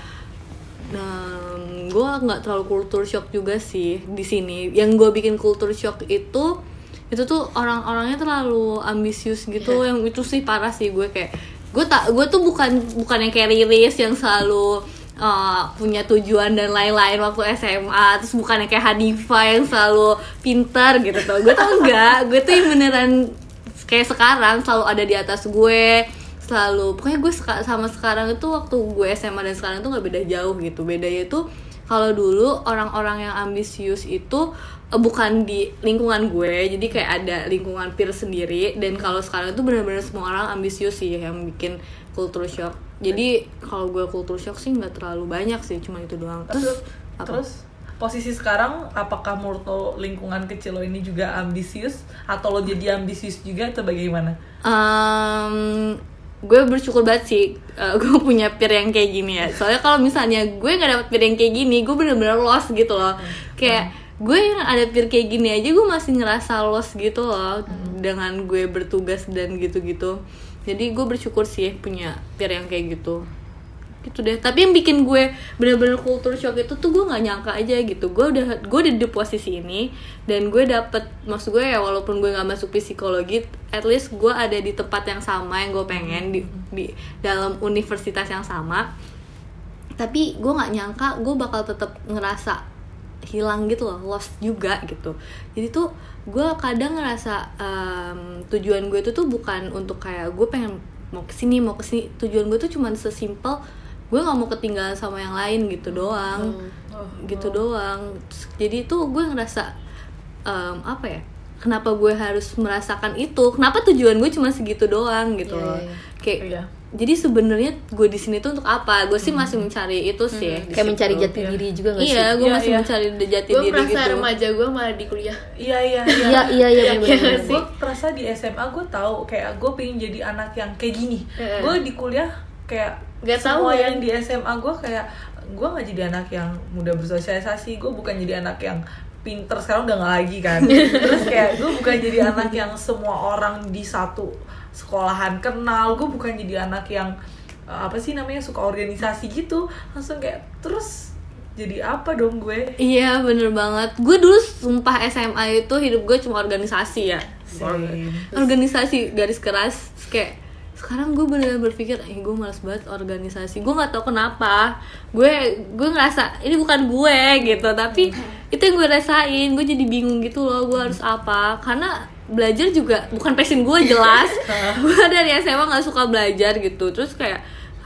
A: gue nggak terlalu culture shock juga sih di sini. Yang gue bikin culture shock itu tuh orang-orangnya terlalu ambisius gitu. Yang itu sih parah sih. Gue kayak gue tuh bukan yang kayak Riris yang selalu punya tujuan dan lain-lain waktu SMA, terus bukannya kayak Hanifa yang selalu pintar gitu tuh. Gue tuh enggak, gue tuh yang beneran kayak sekarang selalu ada di atas gue, selalu pokoknya gue sama sekarang itu waktu gue SMA dan sekarang tuh nggak beda jauh gitu. Bedanya itu kalau dulu orang-orang yang ambisius itu bukan di lingkungan gue, jadi kayak ada lingkungan peer sendiri, dan kalau sekarang itu benar-benar semua orang ambisius sih yang bikin culture shock. Jadi kalau gue culture shock sih nggak terlalu banyak sih, cuma itu doang.
C: Terus posisi sekarang, apakah menurut lo lingkungan kecil lo ini juga ambisius atau lo jadi ambisius juga atau bagaimana?
A: Gue bersyukur banget sih gue punya peer yang kayak gini ya. Soalnya kalau misalnya gue nggak dapet peer yang kayak gini, gue bener-bener lost gitu loh. Kayak gue yang ada peer kayak gini aja gue masih ngerasa lost gitu loh dengan gue bertugas dan gitu-gitu. Jadi gue bersyukur sih punya peer yang kayak gitu deh. Tapi yang bikin gue bener-bener culture shock itu tuh gue nggak nyangka aja gitu. Gue udah di posisi ini dan gue dapet, maksud gue ya walaupun gue nggak masuk psikologi, at least gue ada di tempat yang sama yang gue pengen di dalam universitas yang sama. Tapi gue nggak nyangka gue bakal tetap ngerasa hilang gitu loh, lost juga gitu. Jadi tuh gue kadang ngerasa tujuan gue itu tuh bukan untuk kayak gue pengen mau kesini. Tujuan gue tuh cuman sesimpel gue nggak mau ketinggalan sama yang lain gitu doang. Doang. Jadi tuh gue ngerasa apa ya? Kenapa gue harus merasakan itu? Kenapa tujuan gue cuma segitu doang gitu loh. Kayak jadi sebenarnya gue di sini tuh untuk apa? Gue sih masih mencari itu sih.
D: Kayak mencari jati diri juga nggak sih?
A: Iya, gue masih mencari jati
B: Gue
A: diri
B: merasa
A: gitu.
B: remaja gue malah di kuliah.
C: Iya.
D: benar.
C: Gue perasa di SMA gue tahu kayak gue pengen jadi anak yang kayak gini. Gue di kuliah kayak
B: Gak tahu
C: semua
B: ya.
C: yang di SMA gue kayak gue nggak jadi anak yang mudah bersosialisasi. Gue bukan jadi anak yang pinter, sekarang udah nggak lagi kan. Terus kayak gue bukan jadi anak yang semua orang di satu sekolahan kenal. Gue bukan jadi anak yang apa sih namanya suka organisasi gitu. Langsung kayak terus jadi apa dong gue?
A: Iya, bener banget. Gue dulu sumpah SMA itu hidup gue cuma organisasi ya. Organisasi garis keras. Kayak sekarang gue bener-bener berpikir, gue malas banget organisasi. Gue nggak tahu kenapa. Gue ngerasa ini bukan gue gitu. Tapi itu yang gue rasain. Gue jadi bingung gitu loh. Gue harus apa? Karena belajar juga bukan passion gue jelas. Gue dari SMA nggak suka belajar gitu. Terus kayak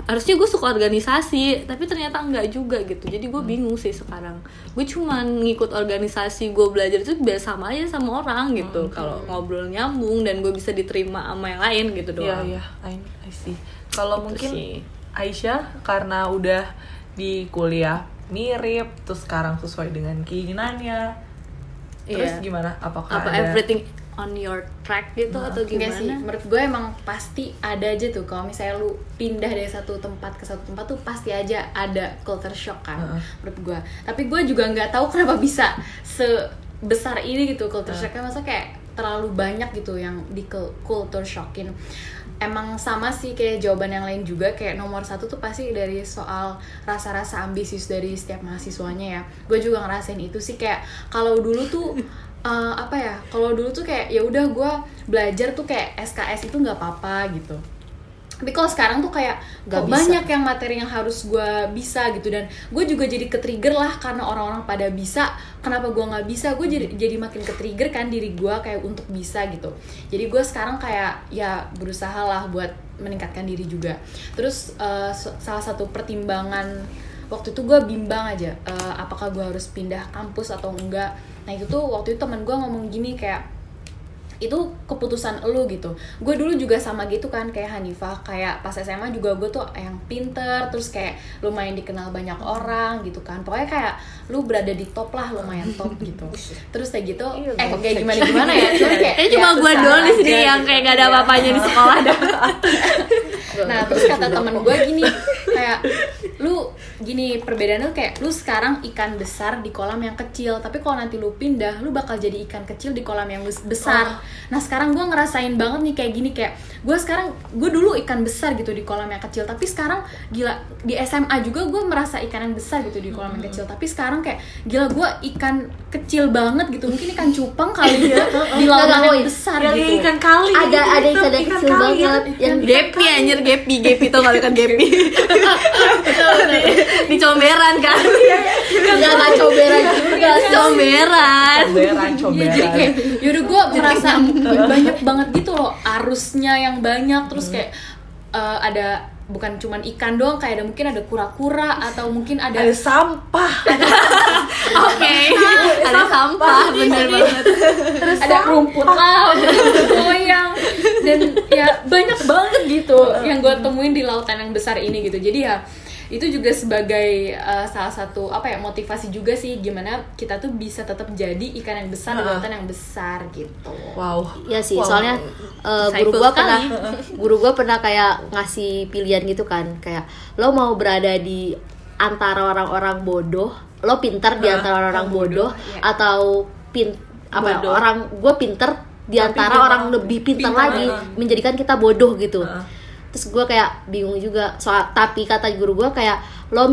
A: harusnya gue suka organisasi tapi ternyata enggak juga gitu. Jadi gue bingung sih sekarang. Gue cuman ngikut organisasi, gue belajar itu biar sama aja sama orang gitu. Kalau ngobrol nyambung dan gue bisa diterima sama yang lain gitu doang.
C: Iya, I see. Kalau
A: Gitu
C: mungkin
A: sih.
C: Aisyah karena udah di kuliah mirip, terus sekarang sesuai dengan keinginannya. Terus
A: Iya.
C: gimana? Apakah
A: Apa
C: ada
A: everything on your track gitu atau
B: Enggak sih,
A: gimana?
B: menurut gue emang pasti ada aja tuh kalau misalnya lu pindah dari satu tempat ke satu tempat tuh pasti aja ada culture shock kan, menurut gue. Tapi gue juga nggak tahu kenapa bisa sebesar ini gitu culture shocknya, masa kayak terlalu banyak gitu yang di culture shockin. Emang sama sih kayak jawaban yang lain juga, kayak nomor satu tuh pasti dari soal rasa-rasa ambisius dari setiap mahasiswanya ya. Gue juga ngerasain itu sih, kayak kalau dulu tuh kalau dulu tuh kayak ya udah gue belajar tuh kayak SKS itu nggak apa-apa gitu. Tapi kalau sekarang tuh kayak kok banyak yang materi yang harus gue bisa gitu, dan gue juga jadi ke-trigger lah karena orang-orang pada bisa, kenapa gue nggak bisa. Gue jadi makin ke-trigger kan diri gue kayak untuk bisa gitu. Jadi gue sekarang kayak ya berusaha lah buat meningkatkan diri juga. Terus salah satu pertimbangan waktu itu gue bimbang aja apakah gue harus pindah kampus atau enggak. Nah itu tuh waktu itu teman gue ngomong gini, kayak itu keputusan elu gitu. Gue dulu juga sama gitu kan kayak Hanifah, kayak pas SMA juga gue tuh yang pinter, terus kayak lumayan dikenal banyak orang gitu kan. Pokoknya kayak lu berada di top lah, lumayan top gitu. Terus kayak gitu kayak gimana ya,
A: Kayaknya cuma gue doang di sini yang kayak gak ada apa-apanya di sekolah.
B: Nah terus kata temen gue gini, kayak lu gini, perbedaannya tuh kayak lu sekarang ikan besar di kolam yang kecil, tapi kalau nanti lu pindah lu bakal jadi ikan kecil di kolam yang besar. Nah sekarang gue ngerasain banget nih kayak gini, kayak gue dulu ikan besar gitu di kolam yang kecil, tapi sekarang gila di SMA juga gue merasa ikan yang besar gitu di kolam yang kecil, tapi sekarang kayak gila gue ikan kecil banget gitu, mungkin ikan cupang kali ya di laut yang besar
C: yang
B: gitu.
C: ikan kali
D: Ada ikan kecil banget yang
A: Gepi anjir, Gepi tuh kalau kan Gepi. Di comberan kan.
D: nggak coberan juga.
A: Comberan.
B: Iya, jadi kayak yaudah gue merasa banyak banget gitu loh, arusnya yang banyak, terus kayak ada bukan cuman ikan doang, kayak ada mungkin ada kura-kura atau mungkin ada
C: sampah.
A: Oke. Ada sampah, bener banget.
B: terus ada rumput laut goyang, dan ya banyak banget gitu yang gue temuin di lautan yang besar ini gitu. Jadi ya itu juga sebagai salah satu motivasi juga sih, gimana kita tuh bisa tetap jadi ikan yang besar di lautan yang besar gitu.
C: Wow.
D: Iya sih,
C: Wow.
D: soalnya guru gua pernah kayak ngasih pilihan gitu kan, kayak lo mau berada di antara orang-orang bodoh, lo pintar di antara orang bodoh, atau orang gue pintar di antara orang lebih pintar lagi, menjadikan kita bodoh gitu. Terus gue kayak bingung juga tapi kata guru gue kayak lo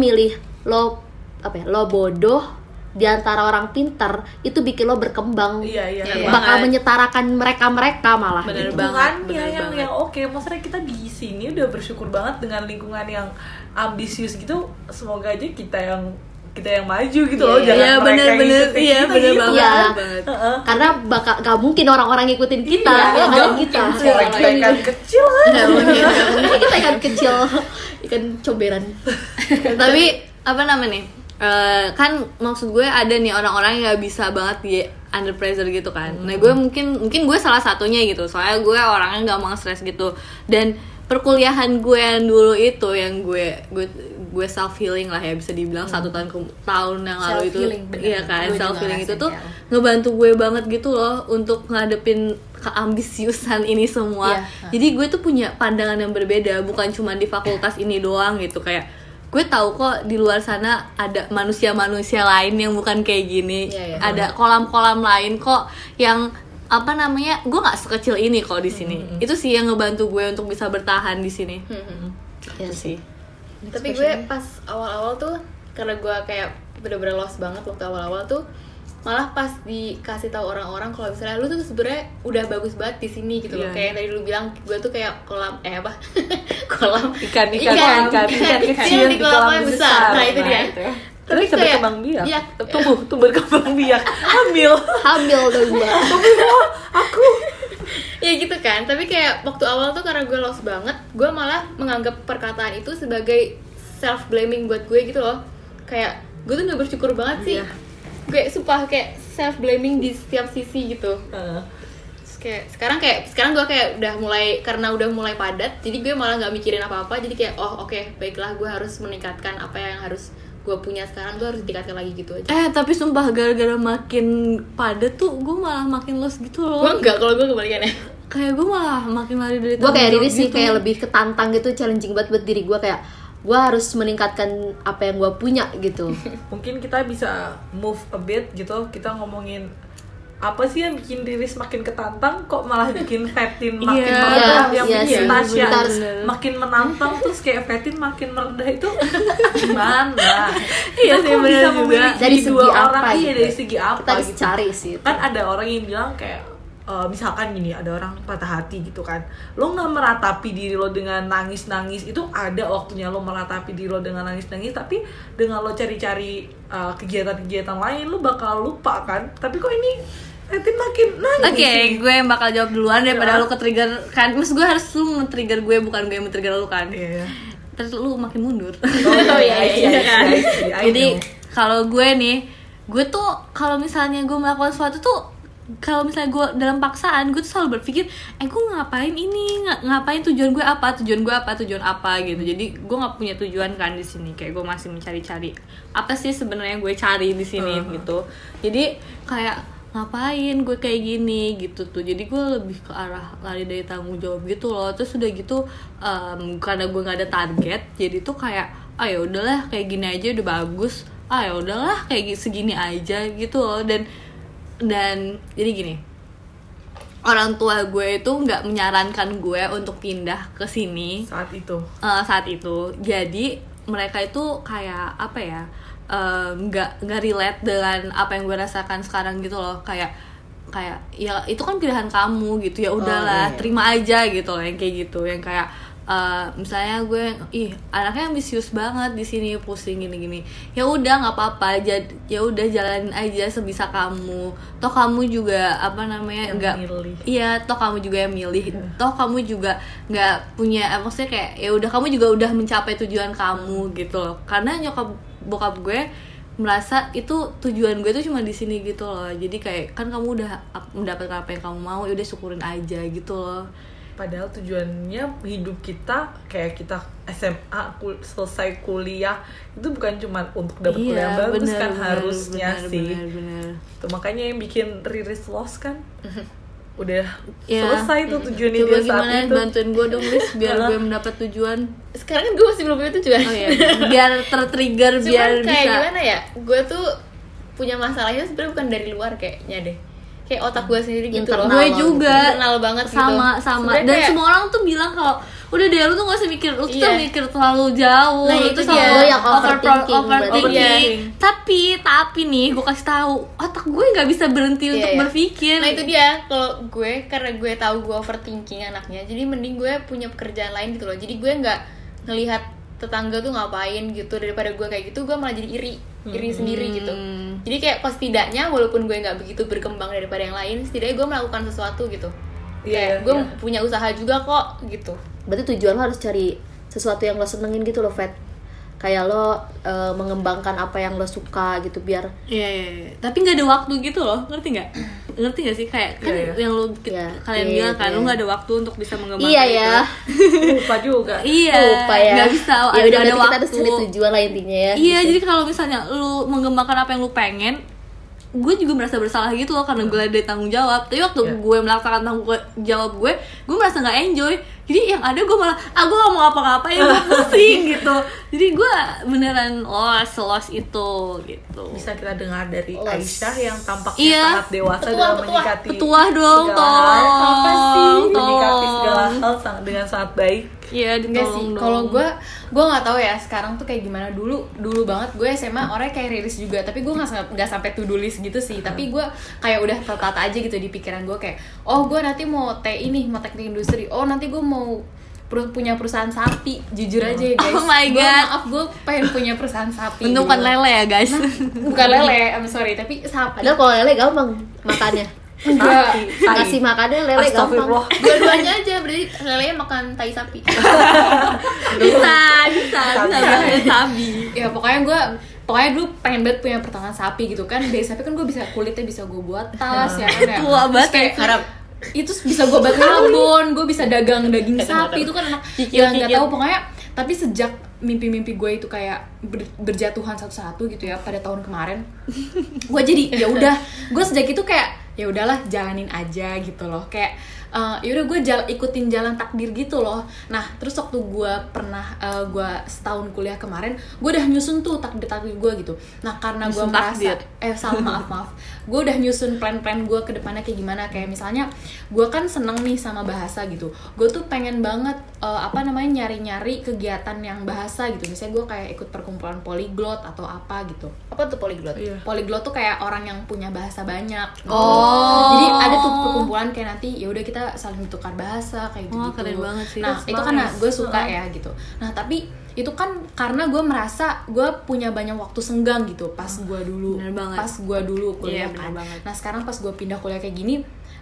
D: bodoh di antara orang pintar itu bikin lo berkembang.
C: Iya.
D: Bakal menyetarakan mereka malah.
A: Bener banget.
C: Lingkungannya yang oke. Maksudnya kita di sini udah bersyukur banget dengan lingkungan yang ambisius gitu. Semoga aja kita yang maju gitu loh, jangan mereka ngikutin kita
A: bener
C: gitu.
A: banget.
D: Karena gak mungkin orang-orang ngikutin kita, ya kan kita.
C: Kita ikan kecil
D: Gak mungkin kita ikan kecil, ikan coberan.
A: Tapi apa namanya nih? Kan maksud gue ada nih orang-orang yang gak bisa banget di under pressure gitu kan. Nah gue mungkin gue salah satunya gitu. Soalnya gue orangnya gampang stres gitu. Dan perkuliahan gue yang dulu itu yang gue self healing lah ya, bisa dibilang 1 tahun yang lalu itu, iya kan, self healing itu tuh ngebantu gue banget gitu loh untuk ngadepin keambisiusan ini semua. Jadi gue tuh punya pandangan yang berbeda, bukan cuma di fakultas ini doang gitu. Kayak gue tahu kok di luar sana ada manusia-manusia lain yang bukan kayak gini, ada kolam-kolam lain kok yang gue nggak sekecil ini kok di sini. Itu sih yang ngebantu gue untuk bisa bertahan di sini.
D: Iya sih.
B: Tapi gue pas awal-awal tuh, karena gue kayak bener-bener lost banget waktu awal-awal tuh, malah pas dikasih tahu orang-orang kalau misalnya lu tuh sebenarnya udah bagus banget di sini gitu loh. Kayak yang tadi lu bilang, gue tuh kayak kolam
C: ikan
B: kecil di kolam yang besar. Nah itu dia.
C: Tapi kayak berkembang biak.
B: Iya.
C: Tumbuh berkembang biak. Hamil
D: Hamil dong gua.
C: Aku
B: Ya gitu kan, tapi kayak waktu awal tuh karena gue lost banget, gue malah menganggap perkataan itu sebagai self blaming buat gue gitu loh. Kayak gue tuh gak bersyukur banget sih. Gue sumpah kayak self blaming di setiap sisi gitu. Terus kayak sekarang gue kayak udah mulai padat, jadi gue malah nggak mikirin apa-apa. Jadi kayak oke, baiklah, gue harus meningkatkan apa yang harus gue punya sekarang, gue harus ditingkatkan lagi gitu aja.
A: Tapi sumpah gara-gara makin padat tuh gue malah makin lost gitu loh.
B: Gue enggak, kalau gue kebalikannya.
A: Kayak gue malah makin lari dari
D: Gue kayak
A: tanggung
D: Riri
A: jawab
D: sih,
A: gitu.
D: kayak lebih ketantang gitu, challenging banget buat diri gue. Kayak gue harus meningkatkan apa yang gue punya gitu.
C: Mungkin kita bisa move a bit gitu. Kita ngomongin apa sih yang bikin diri semakin ketantang, kok malah bikin Fatin makin
A: Iya,
C: merendah, yang
D: iya
C: bikin
D: sih,
C: Tasya
D: bener.
C: makin menantang, terus kayak Fatin makin merendah, itu gimana?
A: Iya
C: Kita
A: sih,
C: kok
A: bener
C: bisa
A: juga.
C: memilih
D: Dari
C: dua
D: segi
C: orang?
D: apa
C: Iya,
D: gitu.
C: dari segi apa
D: Kita harus
C: gitu.
D: cari sih.
C: Kan ada orang yang bilang kayak misalkan gini, ada orang patah hati gitu kan, lo nggak meratapi diri lo dengan nangis-nangis, itu ada waktunya lo meratapi diri lo dengan nangis-nangis, tapi dengan lo cari-cari kegiatan-kegiatan lain lo bakal lupa kan. Tapi kok ini Fatin makin nangis.
A: Oke, gue yang bakal jawab duluan daripada
C: Iya.
A: lu ke-trigger kan. Mas gue harus lu men-trigger gue, bukan gue yang men-trigger lu kan.
C: Iya.
A: Terus lu makin mundur.
C: Oh iya, kan.
A: Jadi kalau gue nih, gue tuh kalau misalnya gue melakukan sesuatu tuh, kalau misalnya gue dalam paksaan, gue tuh selalu berpikir, gue ngapain ini, ngapain, tujuan gue apa gitu. Jadi gue nggak punya tujuan kan di sini, kayak gue masih mencari-cari apa sih sebenarnya gue cari di sini gitu. Jadi kayak ngapain gue kayak gini gitu tuh. Jadi gue lebih ke arah lari dari tanggung jawab gitu loh. Terus udah gitu karena gue nggak ada target, jadi tuh kayak ya udahlah kayak gini aja udah bagus, ya udahlah kayak segini aja gitu loh. Dan jadi gini, orang tua gue itu nggak menyarankan gue untuk pindah ke sini
C: Saat itu.
A: Jadi mereka itu kayak apa ya, nggak relate dengan apa yang gue rasakan sekarang gitu loh. Kayak ya itu kan pilihan kamu gitu, ya udahlah terima aja gitu loh, yang kayak gitu, yang kayak misalnya gue anaknya ambisius banget di sini, pusing gini ya udah nggak apa-apa, ya udah jalanin aja sebisa kamu, toh kamu juga nggak toh kamu juga yang milih, toh kamu juga nggak punya maksudnya kayak ya udah kamu juga udah mencapai tujuan kamu gitu loh. Karena bokap gue merasa itu tujuan gue tuh cuma di sini gitu loh. Jadi kayak kan kamu udah mendapatkan apa yang kamu mau, ya udah syukurin aja gitu loh.
C: Padahal tujuannya hidup kita, kayak kita SMA selesai kuliah, itu bukan cuma untuk dapat kuliah yang bagus kan, harusnya sih.
A: Bener.
C: Tuh, makanya yang bikin Riris lost kan udah
A: Ya.
C: selesai tuh tujuannya
A: Coba
C: dia saat
A: gimana
C: itu.
A: bantuin gue dong, Liz, biar gue mendapat tujuan.
B: Sekarang kan gue masih belum punya tujuan.
A: Oh iya, biar tertrigger, biar
B: Cuman kayak
A: bisa.
B: gimana ya, gue tuh punya masalahnya sebenarnya bukan dari luar kayaknya deh, kayak otak gue sendiri gitu loh.
D: Internal.
A: Gue juga
B: Internal banget
A: sama
B: gitu.
A: sama.
B: Sebenarnya
A: Dan
B: kayak-
A: semua orang tuh bilang kalau udah deh lu tuh gak usah mikir, lu tuh
B: Iya.
A: mikir terlalu jauh,
B: Nah,
A: lu
B: itu
A: tuh
B: dia.
A: selalu
D: Lu yang overthinking
A: overthinking.
C: berarti.
A: Tapi nih gue kasih tahu, otak gue nggak bisa berhenti untuk
B: Iya.
A: berpikir.
B: Nah itu dia, kalau gue karena gue tahu gue overthinking anaknya, jadi mending gue punya pekerjaan lain gitu loh. Jadi gue nggak ngelihat tetangga tuh ngapain gitu, daripada gue kayak gitu gue malah jadi iri sendiri gitu. Jadi kayak pas setidaknya walaupun gue nggak begitu berkembang daripada yang lain, setidaknya gue melakukan sesuatu gitu.
C: Iya,
B: Kayak gue
C: iya.
B: punya usaha juga kok gitu.
D: Berarti tujuan lo harus cari sesuatu yang lo senengin gitu loh, Fat. Kayak lo mengembangkan apa yang lo suka gitu, biar
A: Iya. Tapi nggak ada waktu gitu loh, ngerti nggak? Ngerti nggak sih, kayak kan
C: Iya.
A: yang lu
D: Iya,
A: kalian
D: iya,
A: bilang kan,
D: iya.
A: lu nggak ada waktu untuk bisa mengembangkan
D: iya
A: itu.
D: ya.
C: Lupa juga.
A: Iya.
D: Lupa ya.
A: Nggak bisa.
D: Ya udah,
A: ada
D: berarti kita
A: waktu.
D: harus cari tujuan lah intinya ya.
A: Iya,
D: gitu.
A: jadi kalau misalnya lu mengembangkan apa yang lu pengen, gue juga merasa bersalah gitu loh karena gue ada tanggung jawab. Tapi waktu
C: Iya.
A: gue melaksanakan tanggung jawab gue merasa nggak enjoy. Jadi yang ada gue malah gue gak mau apa-ngapain, gue pusing gitu. Jadi gue beneran lost itu gitu.
C: Bisa kita dengar dari
D: Lost.
C: Aisyah yang tampaknya
A: Iya.
C: sangat dewasa
B: Petua,
C: dalam
B: petua.
C: menyikapi
A: Petua dong,
C: segala hal.
A: tolong.
C: Apa sih? Menyikapi
A: Tolong.
C: segala hal dengan sangat baik.
A: Iya,
B: Enggak sih,
A: ditolong dong.
B: kalau gue nggak tahu ya sekarang tuh kayak gimana. Dulu banget gue SMA orangnya kayak Riris juga, tapi gue nggak sampai to do list gitu sih. Tapi gue kayak udah tertata aja gitu di pikiran gue, kayak gue nanti mau mau teknik industri, nanti gue mau punya perusahaan sapi. Jujur aja ya guys,
A: Oh my
B: Gua,
A: God.
B: maaf, gue pengen punya perusahaan sapi.
A: Untung
B: dulu.
A: bukan lele ya guys.
B: Bukan lele, I'm sorry, tapi sapi.
D: Padahal kalau lele gampang makannya.
B: Enggak.
D: Ngasih makannya lele gampang.
C: Astagfirullah.
B: Dua-duanya aja, berarti lelenya makan tai sapi.
A: Bisa banget sapi.
B: Ya pokoknya dulu pengen banget punya peternakan sapi gitu kan. Dari sapi kan gue bisa kulitnya bisa gue buat tas ya kan ya.
A: Tua banget
B: Terus kayak
A: harap.
B: itu bisa gue buat ngabon, gue bisa dagang daging sapi itu kan enak. Ya nggak tahu pokoknya. Tapi sejak mimpi-mimpi gue itu kayak berjatuhan satu-satu gitu ya pada tahun kemarin, gue jadi ya udah, gue sejak itu kayak ya udahlah jalanin aja gitu loh, kayak ya udah gue ikutin jalan takdir gitu loh. Nah terus waktu gue gue setahun kuliah kemarin, gue udah nyusun tuh takdir gue gitu. Nah karena gue merasa maaf gue udah nyusun plan gue ke depannya kayak gimana, kayak misalnya gue kan seneng nih sama bahasa gitu, gue tuh pengen banget nyari-nyari kegiatan yang bahasa gitu. Misalnya gue kayak ikut perkumpulan polyglot atau apa gitu. Apa tuh polyglot?
C: Iya.
B: Polyglot tuh kayak orang yang punya bahasa banyak gitu.
A: Oh.
B: Jadi ada tuh perkumpulan kayak nanti ya udah kita saling tukar bahasa kayak gitu.
A: Keren banget sih.
B: Nah, itu karena gue suka ya gitu. Nah, tapi itu kan karena gue merasa gue punya banyak waktu senggang gitu pas gue dulu.
A: Bener banget.
B: Pas gue dulu kuliah
A: Iya,
B: kan.
A: bener banget.
B: Nah, sekarang pas gue pindah kuliah kayak gini,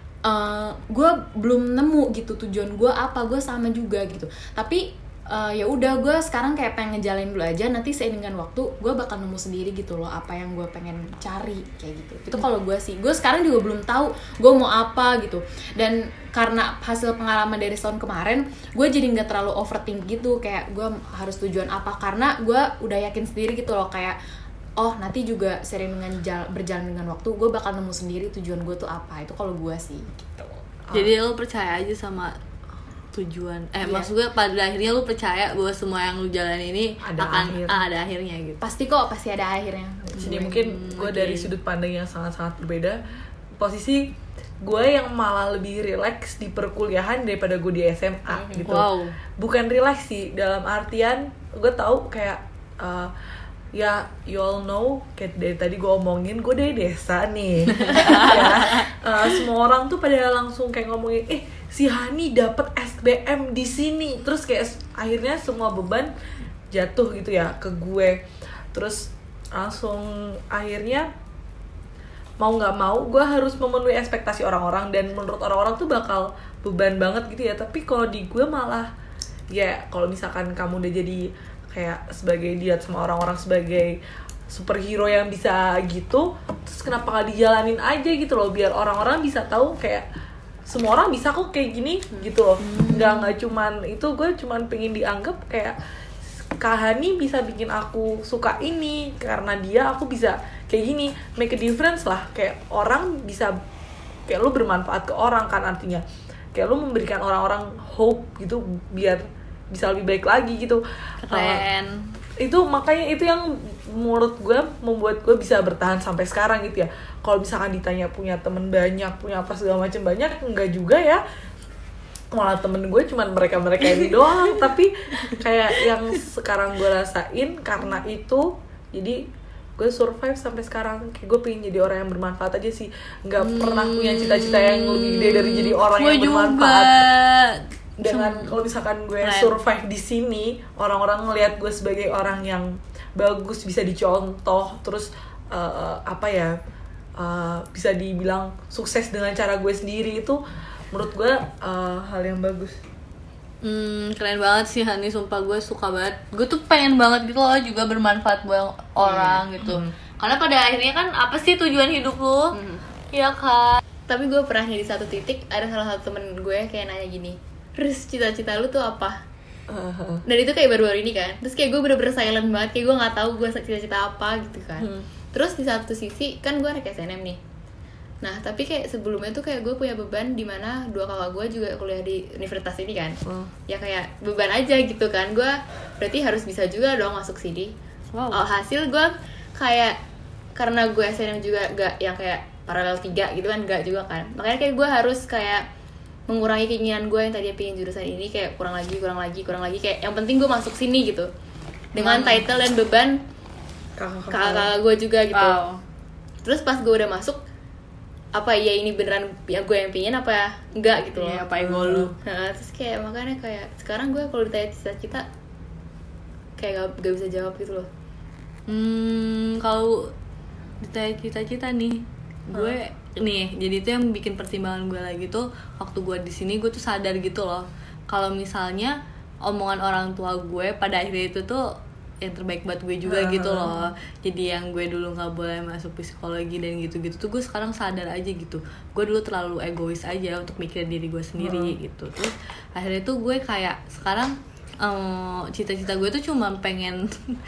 B: gue belum nemu gitu tujuan gue apa, gue sama juga gitu. Tapi ya udah, gue sekarang kayak pengen ngejalanin dulu aja, nanti seiring dengan waktu gue bakal nemu sendiri gitu loh apa yang gue pengen cari kayak gitu. Itu kalau gue sih, gue sekarang juga belum tahu gue mau apa gitu. Dan karena hasil pengalaman dari tahun kemarin, gue jadi nggak terlalu overthink gitu, kayak gue harus tujuan apa, karena gue udah yakin sendiri gitu loh, kayak oh nanti juga sering dengan berjalan dengan waktu gue bakal nemu sendiri tujuan gue tuh apa. Itu kalau gue sih gitu.
A: Jadi lo percaya aja sama tujuan. Maksud gue pada akhirnya lo percaya bahwa semua yang lo jalan ini ada akhirnya gitu.
B: Pasti ada akhirnya.
C: Jadi mungkin gue dari sudut pandang yang sangat-sangat berbeda. Posisi gue yang malah lebih relax di perkuliahan daripada gue di SMA gitu.
A: Wow.
C: Bukan relax sih, dalam artian gue tahu kayak ya you all know, kayak dari tadi gue omongin gue dari desa nih. Semua orang tuh pada langsung kayak ngomongin si Hani dapet SBM di sini, terus kayak akhirnya semua beban jatuh gitu ya ke gue. Terus langsung akhirnya mau nggak mau gue harus memenuhi ekspektasi orang-orang, dan menurut orang-orang tuh bakal beban banget gitu ya. Tapi kalau di gue malah ya, kalau misalkan kamu udah jadi kayak sebagai dilihat sama orang-orang sebagai superhero yang bisa gitu, terus kenapa nggak dijalanin aja gitu loh, biar orang-orang bisa tahu kayak semua orang bisa kok kayak gini gitu loh. Nggak cuman itu, gue cuman pengen dianggap kayak Kak Hani bisa bikin aku suka ini, karena dia aku bisa kayak gini, make a difference lah, kayak orang bisa, kayak lu bermanfaat ke orang kan, artinya kayak lu memberikan orang-orang hope gitu biar bisa lebih baik lagi gitu.
A: Keren.
C: Itu makanya itu yang menurut gue membuat gue bisa bertahan sampai sekarang gitu ya. Kalau misalkan ditanya punya temen banyak, punya apa segala macam banyak, enggak juga ya. Malah temen gue cuman mereka ini doang. Tapi kayak yang sekarang gue rasain karena itu, jadi gue survive sampai sekarang. Kayak gue pengen jadi orang yang bermanfaat aja sih. Nggak pernah punya cita-cita yang lebih gede dari jadi orang yang bermanfaat. Dengan kalau misalkan gue survive di sini, orang-orang ngelihat gue sebagai orang yang bagus, bisa dicontoh, terus bisa dibilang sukses dengan cara gue sendiri, itu menurut gue hal yang bagus.
A: Keren banget sih Hani, sumpah gue suka banget. Gue tuh pengen banget gitu loh juga bermanfaat buat orang gitu. Karena pada akhirnya kan apa sih tujuan hidup lo? Iya kan?
B: Tapi gue pernah di satu titik, ada salah satu temen gue kayak nanya gini, terus cita-cita lu tuh apa? Dan itu kayak baru-baru ini kan. Terus kayak gue bener-bener silent banget, kayak gue gak tahu gue cita-cita apa gitu kan. Terus di satu sisi kan gue anak SNM nih. Nah tapi kayak sebelumnya tuh kayak gue punya beban, dimana dua kakak gue juga kuliah di universitas ini kan. Ya kayak beban aja gitu kan, gue berarti harus bisa juga dong masuk sini. Hasil gue kayak, karena gue SNM juga gak yang kayak paralel 3 gitu kan, gak juga kan. Makanya kayak gue harus kayak mengurangi keinginan gue yang tadi pengen jurusan ini, kayak kurang lagi, kayak yang penting gue masuk sini gitu, dengan title dan beban kakak gue juga gitu. Terus pas gue udah masuk, apa ya ini beneran ya gue yang pingin apa enggak gitu loh,
A: apa yang lu.
B: Terus kayak makanya kayak sekarang gue kalau ditanya cita-cita kayak gak bisa jawab gitu loh.
A: Kalau ditanya cita-cita nih, gue nih, jadi itu yang bikin pertimbangan gue lagi tuh waktu gue di sini gue tuh sadar gitu loh, kalau misalnya omongan orang tua gue pada akhirnya itu tuh yang terbaik buat gue juga gitu loh. Jadi yang gue dulu nggak boleh masuk psikologi dan gitu-gitu tuh gue sekarang sadar aja gitu, gue dulu terlalu egois aja untuk mikirin diri gue sendiri gitu. Terus akhirnya tuh gue kayak sekarang cita-cita gue tuh cuma pengen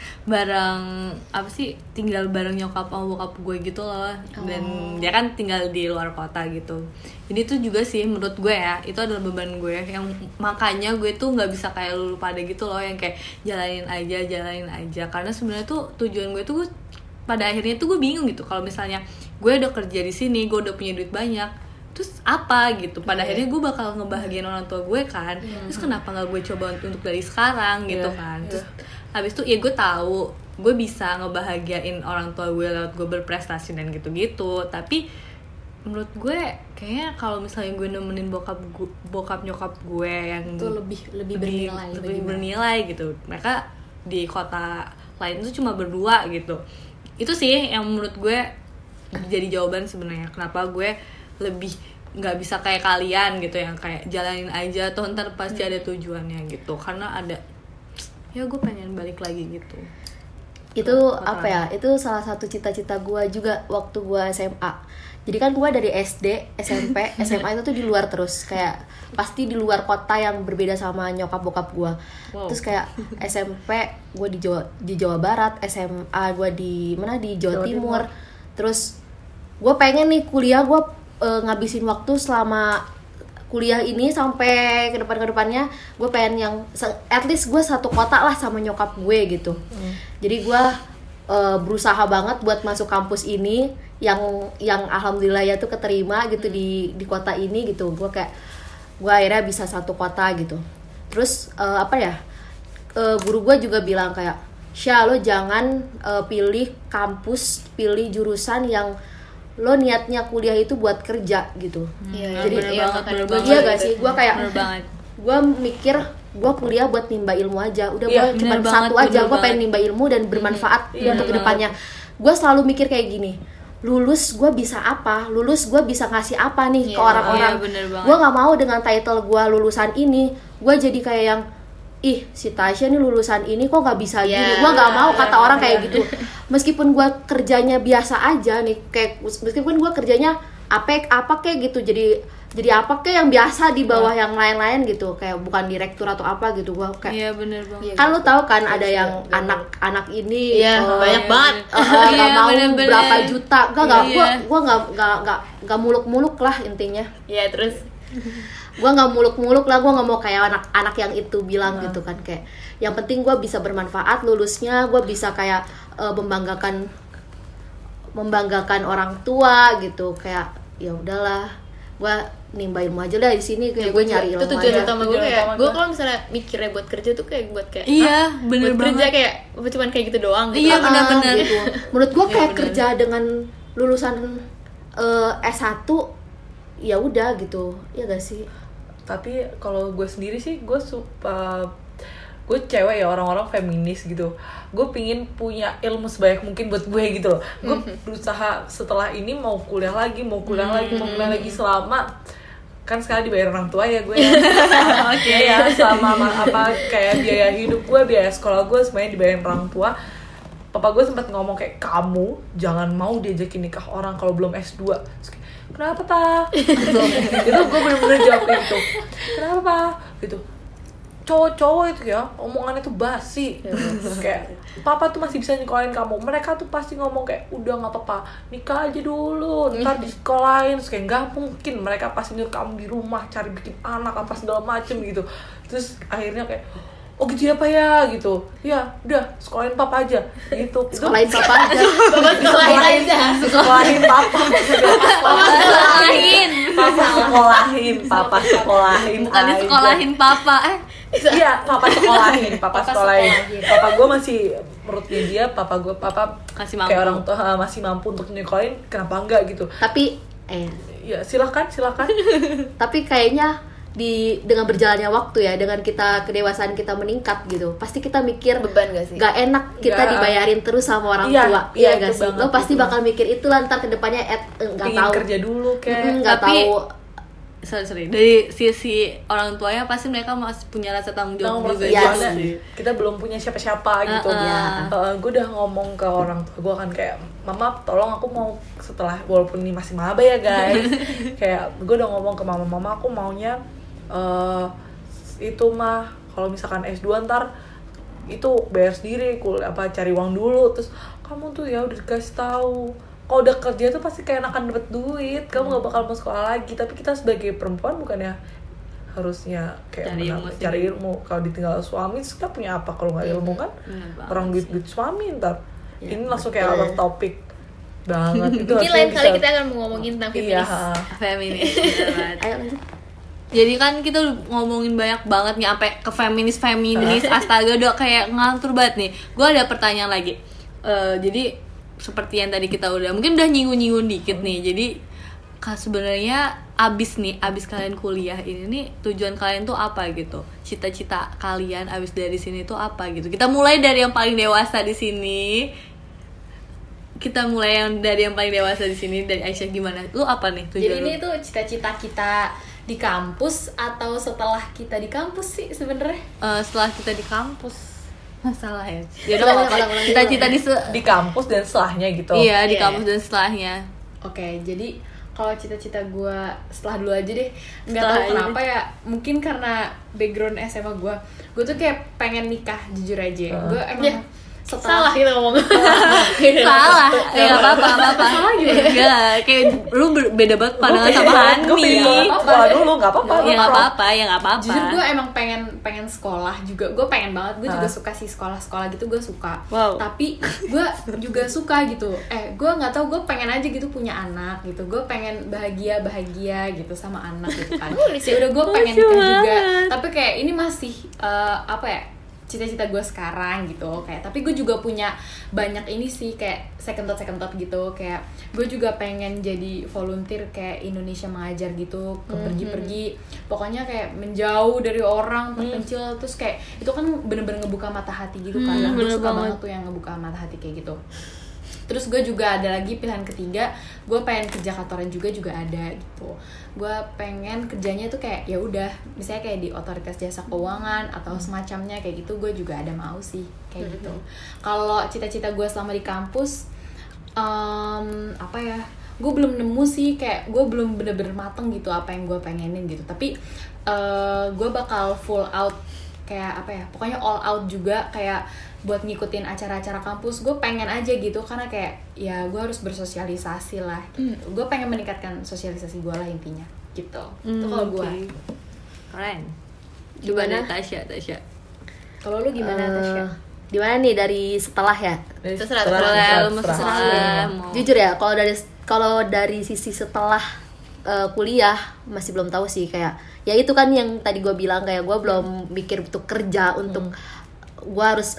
A: bareng apa sih, tinggal bareng nyokap sama bokap gue gitu loh. Dan dia kan tinggal di luar kota gitu. Jadi itu juga sih menurut gue ya, itu adalah beban gue yang makanya gue tuh nggak bisa kayak lu pada gitu loh, yang kayak jalanin aja. Karena sebenarnya tuh tujuan gue tuh pada akhirnya tuh gue bingung gitu, kalau misalnya gue udah kerja di sini, gue udah punya duit banyak, terus apa gitu, pada akhirnya gue bakal ngebahagiain orang tua gue kan. Terus kenapa nggak gue coba untuk dari sekarang gitu kan. Terus habis itu ya gue tahu gue bisa ngebahagiain orang tua gue lewat gue berprestasi dan gitu-gitu, tapi menurut gue kayaknya kalau misalnya gue nemenin bokap nyokap gue yang
E: itu lebih
A: bernilai gitu, mereka di kota lain tuh cuma berdua gitu. Itu sih yang menurut gue jadi jawaban sebenarnya kenapa gue lebih nggak bisa kayak kalian gitu, yang kayak jalanin aja toh ntar pasti ada tujuannya gitu. Karena ada ya gue pengen balik lagi gitu.
D: Itu apa ya, itu salah satu cita-cita gue juga waktu gue SMA. Jadi kan gue dari SD, SMP, SMA itu tuh di luar terus, kayak pasti di luar kota yang berbeda sama nyokap bokap gue. Terus kayak SMP gue di Jawa Barat, SMA gue di mana, di Jawa Timur. Terus gue pengen nih kuliah, gue ngabisin waktu selama kuliah ini sampai ke depannya gue pengen yang at least gue satu kota lah sama nyokap gue gitu. Jadi gue berusaha banget buat masuk kampus ini yang alhamdulillah ya tuh keterima gitu di kota ini gitu. Gue akhirnya bisa satu kota gitu. Terus guru gue juga bilang kayak, Sya, lo jangan pilih kampus, pilih jurusan yang lo niatnya kuliah itu buat kerja gitu. Jadi
A: bener banget.
D: Iya gak sih, gue kayak gue mikir gue kuliah buat nimba ilmu aja, udah gue cuma satu aja, gue pengen nimba ilmu dan bermanfaat untuk kedepannya. Gue selalu mikir kayak gini, lulus gue bisa apa, lulus gue bisa ngasih apa nih ke orang-orang. Gue nggak mau dengan title gue lulusan ini gue jadi kayak yang si Tasya nih lulusan ini kok nggak bisa gini. Gue nggak mau kata orang kayak gitu. Meskipun gue kerjanya biasa aja nih, kayak meskipun gue kerjanya apa kayak gitu, jadi apa kayak yang biasa di bawah yang lain-lain gitu, kayak bukan direktur atau apa gitu. Gue kayak
A: bener banget.
D: Kan lu tahu kan ada yang anak ini
B: banyak banget
D: nggak mau berapa juta, gue nggak muluk-muluk lah intinya.
B: Terus
D: gue nggak muluk-muluk lah, gue nggak mau kayak anak yang itu bilang gitu kan, kayak yang penting gue bisa bermanfaat lulusnya, gue bisa kayak membanggakan orang tua gitu. Kayak ya udahlah, gue nimba ilmu aja lah di sini, kayak gue nyari ilmu aja.
B: Itu tujuan utama gue, kayak gue kalau misalnya mikirnya buat kerja tuh kayak buat kayak
A: bener
B: buat
A: banget.
B: kerja kayak cuman kayak gitu doang gitu.
A: Bener-bener
D: gitu. Menurut gue kayak kerja dengan lulusan S1 ya udah gitu, ya gak sih?
C: Tapi kalau gue sendiri sih, gue cewek ya, orang-orang feminis gitu. Gue pingin punya ilmu sebanyak mungkin buat gue gitu loh. Gue berusaha setelah ini mau kuliah lagi selama kan sekarang dibayar orang tua ya gue ya. Selama kayak biaya hidup gue, biaya sekolah gue semuanya dibayar orang tua. Papa gue sempat ngomong kayak, kamu jangan mau diajakin nikah orang kalau belum S2. Kenapa Pak? Itu gue bener-bener jawab itu. Kenapa Pak? Gitu. Cowok-cowok itu ya omongannya tuh basi. Kayak papa tuh masih bisa nyekolahin kamu, mereka tuh pasti ngomong kayak udah nggak apa-apa, nikah aja dulu ntar disekolahin. Terus kayak nggak mungkin, mereka pasti nyuruh kamu di rumah cari bikin anak apa segala macem gitu. Terus akhirnya kayak oh gitu ya Pak ya gitu, ya udah sekolahin papa aja gitu.
D: Sekolahin papa aja.
C: Sekolahin papa sekolahin
A: bukan disekolahin papa.
C: Iya, papa sekolahin. Papa gue masih, menurutnya dia papa
A: masih
C: mampu. Kayak orang tua masih mampu untuk nyekolahin, kenapa enggak gitu.
D: Tapi
C: ya silakan.
D: tapi kayaknya dengan berjalannya waktu ya, dengan kita kedewasaan kita meningkat gitu, pasti kita mikir
B: Beban gak sih?
D: gak enak kita
C: Nggak.
D: dibayarin terus sama orang
C: Iya,
D: tua,
C: iya,
D: iya gak
C: itu
D: sih?
C: banget,
D: Lo pasti
C: itu
D: bakal mikir itu lah ntar kedepannya nggak
C: Ingin
D: tahu,
C: kerja dulu kayak.
D: nggak
A: Tapi-
D: tahu.
A: sorry dari sisi orang tuanya pasti mereka masih punya rasa tanggung jawab juga
D: Iya
A: juga
D: sih.
C: Kita belum punya siapa-siapa gitu.
D: Iya.
C: Gue udah ngomong ke orang tua gue kan kayak, mama tolong aku mau setelah, walaupun ini masih maba ya guys, kayak gue udah ngomong ke mama aku maunya itu mah kalau misalkan S2 ntar itu bayar sendiri, cari uang dulu, terus kamu tuh ya udah dikasih tahu kalau udah kerja tuh pasti kayak akan dapet duit, kamu gak bakal mau sekolah lagi. Tapi kita sebagai perempuan bukannya harusnya kayak cari ilmu. Kalau ditinggal suami terus kita punya apa kalau nggak ilmu kan? Orang duit suami ntar. Ini langsung kayak out of topic banget. Itu
B: Mungkin lain kali kita akan ngomongin tentang
C: iya.
B: feminis.
A: feminis bener banget.
D: Ayo lanjut.
A: Jadi kan kita ngomongin banyak banget nih sampai ke feminis astaga udah kayak ngantur banget nih. Gue ada pertanyaan lagi. Jadi seperti yang tadi kita mungkin udah nyinggung dikit nih. Jadi sebenarnya abis kalian kuliah ini nih, tujuan kalian tuh apa gitu? Cita-cita kalian abis dari sini tuh apa gitu? Kita mulai dari yang paling dewasa di sini. Dari Aisyah gimana? Lu apa nih tujuan?
E: Jadi
A: lu?
E: ini tuh cita-cita kita di kampus atau setelah kita di kampus sih sebenarnya?
A: Setelah kita di kampus. Masalah ya.
D: Ulang.
A: Cita-cita
C: di kampus dan setelahnya gitu.
A: Iya, di
E: Iya.
A: kampus dan setelahnya.
E: Oke, jadi kalau cita-cita gue setelah dulu aja deh, nggak
A: Setelah
E: tahu
A: aja
E: kenapa ya, mungkin karena background SMA gue tuh kayak pengen nikah jujur aja. Gue emang setelah
B: Salah kita ngomong.
A: Salah. Ya enggak apa-apa. Salah juga. Enggak, kayak lu beda banget pandangan sama Hani.
C: Gue pengen sekolah dulu, gak apa-apa.
A: Ya enggak apa-apa.
E: Jujur gue emang pengen sekolah juga. Gue pengen banget. Gue juga suka sih sekolah gitu, gue suka.
A: Wow.
E: Tapi gue juga suka gitu. Gue nggak tahu, gue pengen aja gitu punya anak gitu. Gue pengen bahagia gitu sama anak gitu kan. Ya udah gue pengen nikah juga. Tapi kayak ini masih apa ya? Cita-cita gue sekarang gitu kayak, tapi gue juga punya banyak ini sih kayak second thought gitu, kayak gue juga pengen jadi volunteer kayak Indonesia Mengajar gitu, ke pergi-pergi pokoknya kayak menjauh dari orang terpencil, terus kayak itu kan bener-bener ngebuka mata hati gitu kan. Nah, gue
A: bener
E: suka
A: banget.
E: banget tuh yang ngebuka mata hati kayak gitu. Terus gue juga ada lagi pilihan ketiga, gue pengen kerja kantoran juga ada gitu. Gue pengen kerjanya tuh kayak ya udah, misalnya kayak di otoritas jasa keuangan atau semacamnya kayak gitu, gue juga ada mau sih kayak gitu. Kalau cita-cita gue selama di kampus, apa ya? Gue belum nemu sih, kayak gue belum bener-bener mateng gitu apa yang gue pengenin gitu. Tapi gue bakal full out kayak apa ya? Pokoknya all out juga kayak buat ngikutin acara-acara kampus. Gue pengen aja gitu karena kayak ya gue harus bersosialisasi lah gitu. Gue pengen meningkatkan sosialisasi gue lah intinya gitu. Itu kalau gue.
A: Oke. Keren. Coba
D: Gimana?
A: dari Tasya.
E: Kalau lu gimana Tasya?
D: Gimana nih dari setelah ya?
A: Terserah, lu terserah. Mau.
D: Jujur ya, kalau dari sisi setelah kuliah masih belum tahu sih, kayak ya itu kan yang tadi gue bilang, kayak gue belum mikir untuk kerja, untuk gue harus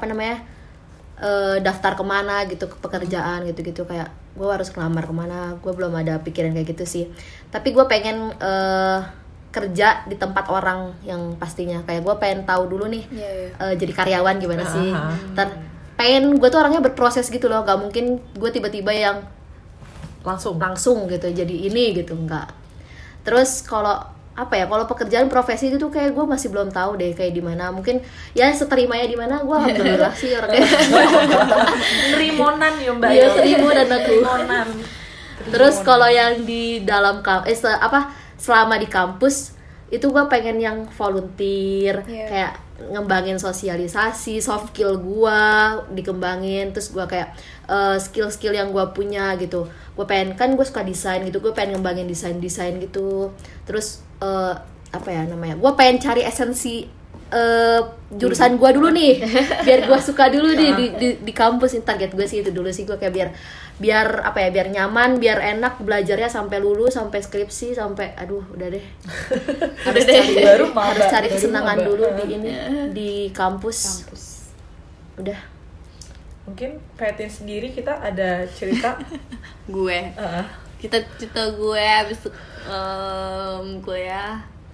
D: daftar kemana gitu, ke pekerjaan gitu kayak gue harus ngelamar kemana, gue belum ada pikiran kayak gitu sih. Tapi gue pengen kerja di tempat orang yang pastinya, kayak gue pengen tahu dulu nih jadi karyawan gimana sih. Pengen gue tuh orangnya berproses gitu loh, gak mungkin gue tiba-tiba yang langsung gitu jadi ini gitu, enggak. Terus kalau apa ya, kalau pekerjaan profesi itu kayak gue masih belum tahu deh kayak di mana. Mungkin ya seterimanya di mana, gue alhamdulillah sih orangnya
C: Nerimonan ya mbak.
D: iya terima dan aku.
C: Nerimonan.
D: Terus kalau yang di dalam selama di kampus itu gue pengen yang volunteer, kayak ngembangin sosialisasi, soft skill gue dikembangin. Terus gue kayak skill-skill yang gue punya gitu, gue pengen, kan gue suka desain gitu, gue pengen ngembangin desain gitu. Terus apa ya namanya, gue pengen cari esensi jurusan gue dulu nih, biar gue suka dulu di kampus. Target gue sih itu dulu sih, gue kayak biar apa ya, biar nyaman, biar enak belajarnya sampai lulus, sampai skripsi, sampai aduh udah deh harus cari kesenangan dulu di kampus. Udah.
C: Mungkin Fatin sendiri, kita ada cerita.
A: Gue. Cita-cita gue abis kuliah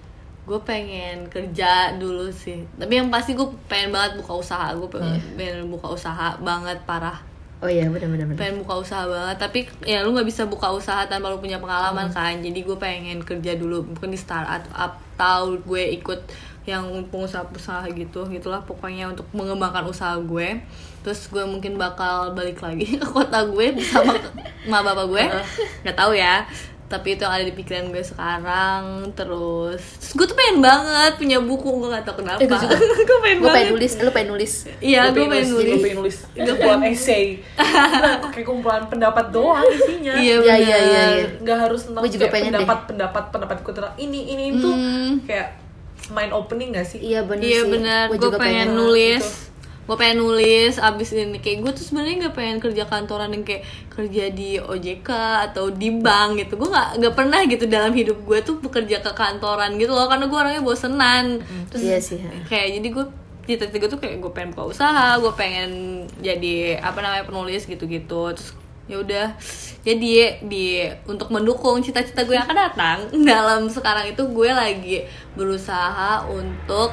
A: gue pengen kerja dulu sih. Tapi yang pasti gue pengen banget buka usaha. Gue pengen buka usaha banget parah.
D: Oh iya benar.
A: Pengen buka usaha banget. Tapi ya lu nggak bisa buka usaha tanpa lu punya pengalaman kan. Jadi gue pengen kerja dulu, mungkin di startup atau gue ikut yang pengusaha-pengusaha gitulah pokoknya untuk mengembangkan usaha gue. Terus gue mungkin bakal balik lagi ke kota gue bersama sama bapak gue. Nggak tahu ya. Tapi itu yang ada di pikiran gue sekarang. Terus gue tuh pengen banget punya buku, gue gak tau kenapa.
D: Gue pengen nulis, lu pengen nulis.
A: Iya, gue pengen
C: nulis. Kumpulan essay. Kayak kumpulan pendapat doang isinya.
D: Iya.
C: Gak harus tentang pendapat gue tentang ini itu kayak mind opening gak sih?
D: Iya benar.
A: Iya benar. Gue pengen nulis. Gitu. Gue pengen nulis abis ini. Kayak gue tuh sebenarnya gak pengen kerja kantoran yang kayak kerja di OJK atau di bank gitu. Gue gak pernah gitu dalam hidup gue tuh bekerja ke kantoran gitu loh, karena gue orangnya bosenan. Terus
D: iya sih.
A: Kayak jadi gue cita-cita gue tuh kayak gue pengen buka usaha, gue pengen jadi penulis gitu-gitu. Terus ya udah, jadi untuk mendukung cita-cita gue yang akan datang dalam sekarang itu gue lagi berusaha untuk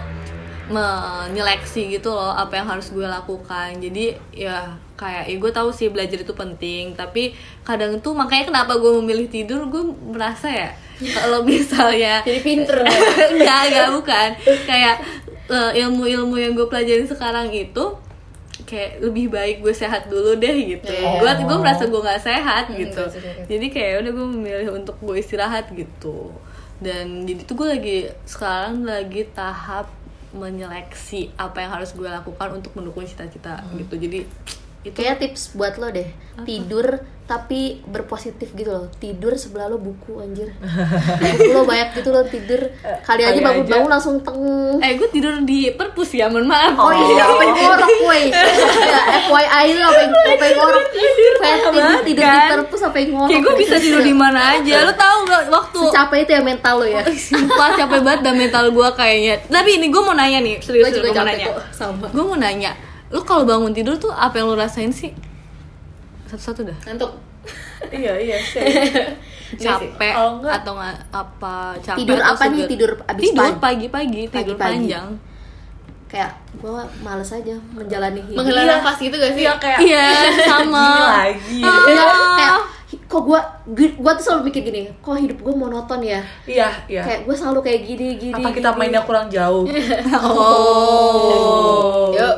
A: menyeleksi gitu loh apa yang harus gue lakukan. Jadi ya kayak gue tahu sih belajar itu penting, tapi kadang tuh makanya kenapa gue memilih tidur, gue merasa ya kalau misalnya
B: jadi pinter
A: enggak bukan kayak ilmu-ilmu yang gue pelajarin sekarang itu kayak lebih baik gue sehat dulu deh gitu. Gue merasa gue nggak sehat gitu. Jadi kayak udah gue memilih untuk gue istirahat gitu. Dan jadi tuh gue sekarang lagi tahap menyeleksi apa yang harus gue lakukan untuk mendukung cita-cita gitu. Jadi itu
D: kayak tips buat lo deh. Tidur tapi berpositif gitu loh. Tidur sebelah lo buku anjir. Buku lo banyak gitu lo tidur. Kali aja bangun-bangun langsung teng.
A: Gue tidur di perpus ya, mohon maaf.
D: Oh iya, apa yang ngorok woi. Ya FYI lo apa yang ngorok. Tidur di perpus apa yang ngorok.
A: Kayak gue bisa tidur di mana aja. Lo tahu enggak waktu
D: secapek itu ya mental lo ya.
A: Sumpah capek banget dan mental gue kayaknya. Tapi ini gue mau nanya nih, serius
D: gue
A: mau
D: capek
A: nanya.
D: Sama.
A: Gue mau nanya, lo kalau bangun tidur tuh apa yang lo rasain sih? Satu-satu dah.
B: ngantuk.
C: Iya
A: Capek atau nggak apa capek?
D: Tidur apa nih? Tidur abis
A: pagi-pagi tidur panjang.
D: Kayak gue males aja menjalani hidup.
B: Menghela nafas gitu gak sih?
A: Iya sama.
C: Lagi.
D: Kayak kok gue tuh selalu mikir gini, kok hidup gue monoton ya?
C: Iya.
D: Kayak gue selalu kayak gini.
C: Apa kita mainnya kurang jauh?
B: Yuk.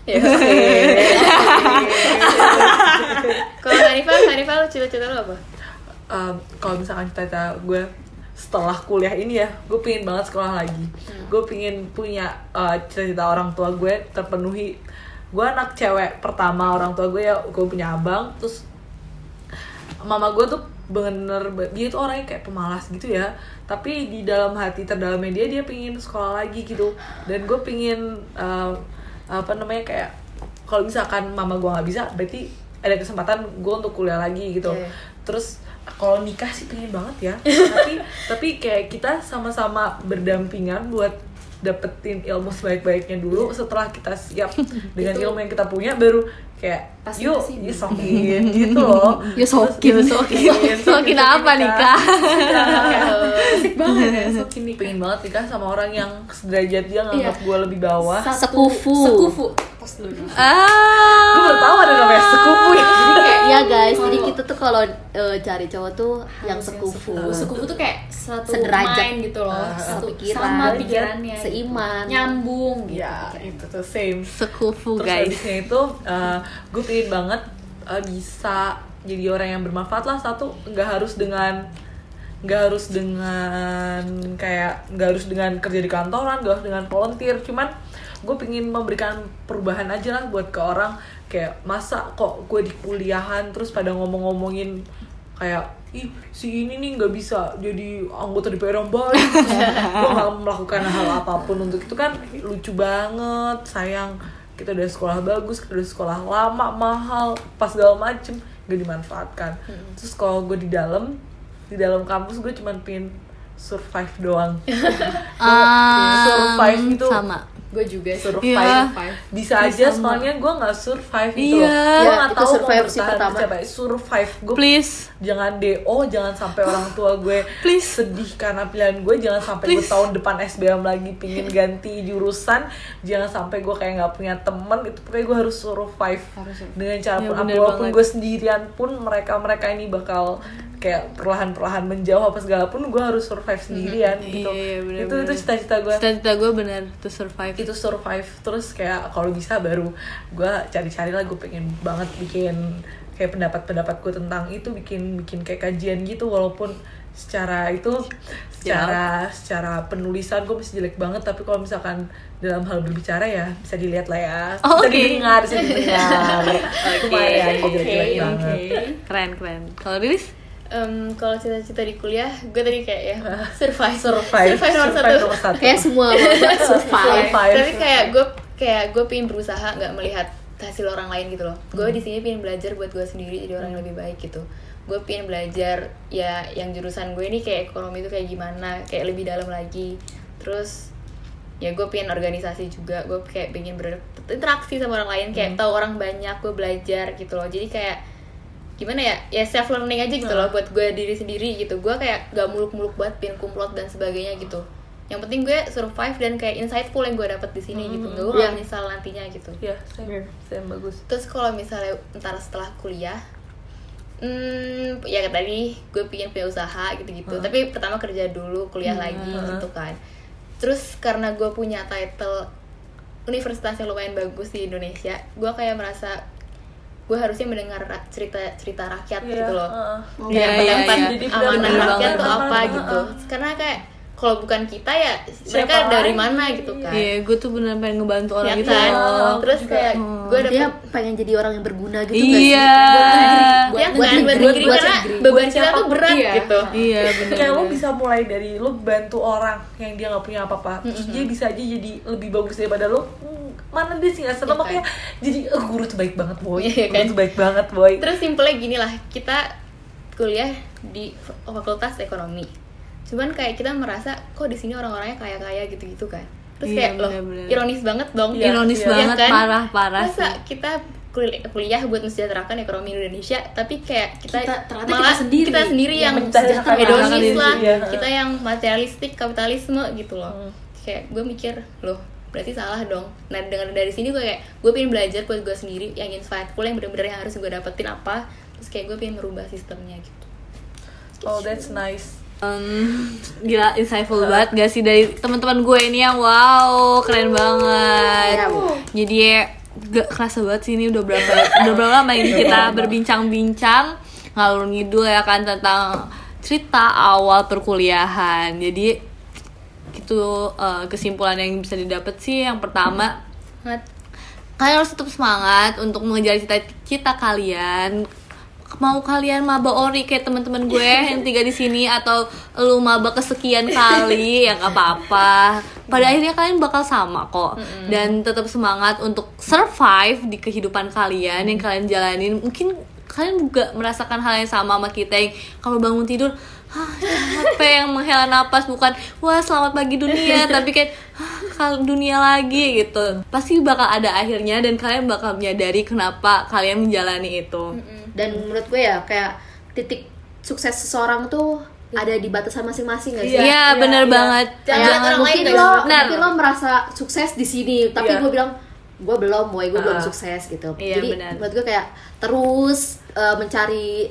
B: Kalau Hanifah lu cita-cita lu apa?
C: Kalau misalkan cita-cita gue setelah kuliah ini ya, gue pingin banget sekolah lagi. Gue pingin punya cita-cita orang tua gue terpenuhi. Gue anak cewek pertama orang tua gue ya, gue punya abang. Terus mama gue tuh bener dia tuh orangnya kayak pemalas gitu ya, tapi di dalam hati terdalamnya dia pingin sekolah lagi gitu. Dan gue pingin kayak kalau misalkan mama gue nggak bisa, berarti ada kesempatan gue untuk kuliah lagi gitu. Terus kalau nikah sih pengen banget ya, tapi kayak kita sama-sama berdampingan buat dapetin ilmu sebaik-baiknya dulu. Setelah kita siap dengan ilmu yang kita punya, baru kayak yuk sokin gitu loh.
A: Sokin apa nikah?
C: Asik banget ya sokin nikah. Pengen banget nikah sama orang yang sederajat dia, nganggap gue lebih bawah.
D: Sekufu.
C: Gue baru tahu ada namanya sekufu ya.
D: Jadi kayak ya guys, jadi kita tuh kalau cari cowok tuh yang sekufu.
B: Sekufu tuh kayak satu
D: sederajat
B: mind gitu loh,
D: satu
B: sama pikirannya,
D: seiman,
B: nyambung gitu.
C: Ya itu tuh same.
A: Sekufu
C: Terus
A: guys.
C: habisnya itu gue pengen banget bisa jadi orang yang bermanfaat lah. Satu, nggak harus dengan kerja di kantoran, nggak harus dengan volunteer, cuman gue pengen memberikan perubahan aja lah buat ke orang. Kayak masa kok gue di kuliahan terus pada ngomongin kayak ih si ini nih nggak bisa jadi anggota DPR yang baik, gue nggak melakukan hal apapun untuk itu, kan lucu banget. Sayang, kita udah sekolah bagus, kita udah sekolah lama, mahal, pas segala macem gak dimanfaatkan. Terus kalau gue di dalam kampus, gue cuma pengen survive doang. Survive itu
A: sama.
E: Gue juga
C: survive.
A: Iya.
C: Bisa aja soalnya gue nggak survive gitu
A: Iya.
C: loh. Gue nggak
D: Itu
C: tahu mau
D: survive sih
C: bertahan
D: pertama.
C: coba survive. Gue
A: Please.
C: jangan DO, jangan sampai orang tua gue
A: Please.
C: sedih karena pilihan gue, jangan sampai gue
A: Please.
C: tahun depan SBM lagi pingin ganti jurusan, jangan sampai gue kayak nggak punya temen. Itu pokoknya gue harus survive dengan cara
A: Ya,
C: pun
A: bener
C: walaupun
A: banget.
C: gue sendirian pun mereka ini bakal kayak perlahan-perlahan menjauh apa segala pun gue harus survive sendirian gitu.
A: Iya, bener,
C: itu
A: bener.
C: cita-cita gue.
A: Cita-cita gue bener to survive.
C: Itu survive. Terus kayak kalau bisa baru gue cari-cari lah, gue pengen banget bikin kayak pendapat gue tentang itu, bikin kayak kajian gitu, walaupun secara penulisan gue masih jelek banget, tapi kalau misalkan dalam hal berbicara ya bisa dilihat lah ya,
A: Oh,
C: bisa
A: oke.
C: didengar lumayan jelek banget.
A: Keren. Kalau Rilis?
B: Kalau cita-cita di kuliah, gue tadi kayak ya survive
C: Survive
B: nomor satu.
D: Kayak semua maba survive.
B: Tapi kayak gue pengen berusaha nggak melihat hasil orang lain gitu loh. Gue di sini pengen belajar buat gue sendiri jadi orang yang lebih baik gitu. Gue pengen belajar ya yang jurusan gue ini kayak ekonomi itu kayak gimana, kayak lebih dalam lagi. Terus ya gue pengen organisasi juga, gue kayak pengen berinteraksi sama orang lain, kayak tahu orang banyak, gue belajar gitu loh. Jadi kayak gimana ya self learning aja gitu loh buat gue diri sendiri gitu. Gue kayak gak muluk-muluk buat pin kumplot dan sebagainya gitu. Yang penting gue survive dan kayak insightful yang gue dapet di sini gitu. Gue gak menyesal nantinya gitu.
C: Ya, same bagus.
B: Terus kalau misalnya ntar setelah kuliah, ya kayak tadi gue pengen punya usaha gitu-gitu. Tapi pertama kerja dulu, kuliah lagi gitu kan. Terus karena gue punya title universitas yang lumayan bagus di Indonesia, gue kayak merasa gue harusnya mendengar cerita rakyat gitu loh.
A: Iya,
B: Pendapat
C: Jadi
B: amanah
A: bener
B: rakyat
A: banget.
B: tuh apa gitu. Karena kayak kalau bukan kita ya mereka dari mana gitu kan.
A: Iya, gue tuh bener pengen ngebantu orang
B: Ya
A: gitu
B: kan?
A: loh.
B: Terus kayak gue
D: Dia
B: dapet
D: pengen jadi orang yang berguna gitu nggak sih?
A: Iya.
B: ya kan buat negeri karena beban
C: Buat
B: kita tuh
C: siapapun
B: berat
E: iya.
B: gitu.
A: Iya, bener.
C: Kayak lo bisa mulai dari lo bantu orang yang dia nggak punya apa-apa, terus dia bisa aja jadi lebih bagus daripada lo. Mana dia sih nggak seneng,
B: Iya kan?
C: makanya jadi guru tuh baik banget boy,
B: Iya
C: guru
B: kan?
C: tuh baik banget boy.
B: Terus simpelnya gini lah, kita kuliah di fakultas ekonomi. Cuman kayak kita merasa kok di sini orang-orangnya kaya-kaya gitu-gitu kan. Terus
A: Iya,
B: kayak loh,
A: bener-bener.
B: ironis banget dong.
A: Ironis
C: Iya,
A: banget,
B: kan?
A: parah
B: Masa
A: sih.
B: kita kuliah buat mensejahterakan ekonomi Indonesia, tapi kayak
D: Ternyata
B: malah
D: kita sendiri
B: yang
C: mensejahterakan
B: hedonis
C: diri,
B: lah,
C: iya.
B: kita yang materialistik, kapitalisme gitu loh. Kayak gue mikir loh, berarti salah dong. Nah dengan dari sini gue kayak gue pengen belajar buat gue sendiri yang insightful, yang bener-bener yang harus gue dapetin apa. Terus kayak gue pengen merubah sistemnya gitu.
C: Oh that's nice.
A: Gila insightful banget gak sih dari teman-teman gue ini yang wow keren banget.
D: Iya.
A: Jadi gak kerasa banget sih ini udah berapa lama ini kita berbincang-bincang ngalur ngidul ya kan tentang cerita awal perkuliahan. Jadi itu kesimpulan yang bisa didapat sih yang pertama, kalian harus tetap semangat untuk mengejar cita-cita kalian. Mau kalian maba ori kayak teman-teman gue yang tinggal di sini atau lu maba kesekian kali ya gak apa-apa. Pada akhirnya kalian bakal sama kok. Dan tetap semangat untuk survive di kehidupan kalian yang kalian jalanin. Mungkin kalian juga merasakan hal yang sama kita yang kalau bangun tidur capek, yang menghela napas, bukan wah selamat pagi dunia tapi kayak dunia lagi gitu. Pasti bakal ada akhirnya dan kalian bakal menyadari kenapa kalian menjalani itu.
D: Dan menurut gue ya kayak titik sukses seseorang tuh ada di batasan masing-masing nggak sih?
A: Iya, bener banget.
B: Jangan lihat orang lain,
D: mungkin
B: guys.
D: mungkin lo merasa sukses di sini, tapi
C: Iya.
D: gue bilang gue belum, gue belum sukses gitu.
A: Iya,
D: Jadi
A: benar.
D: menurut gue kayak terus mencari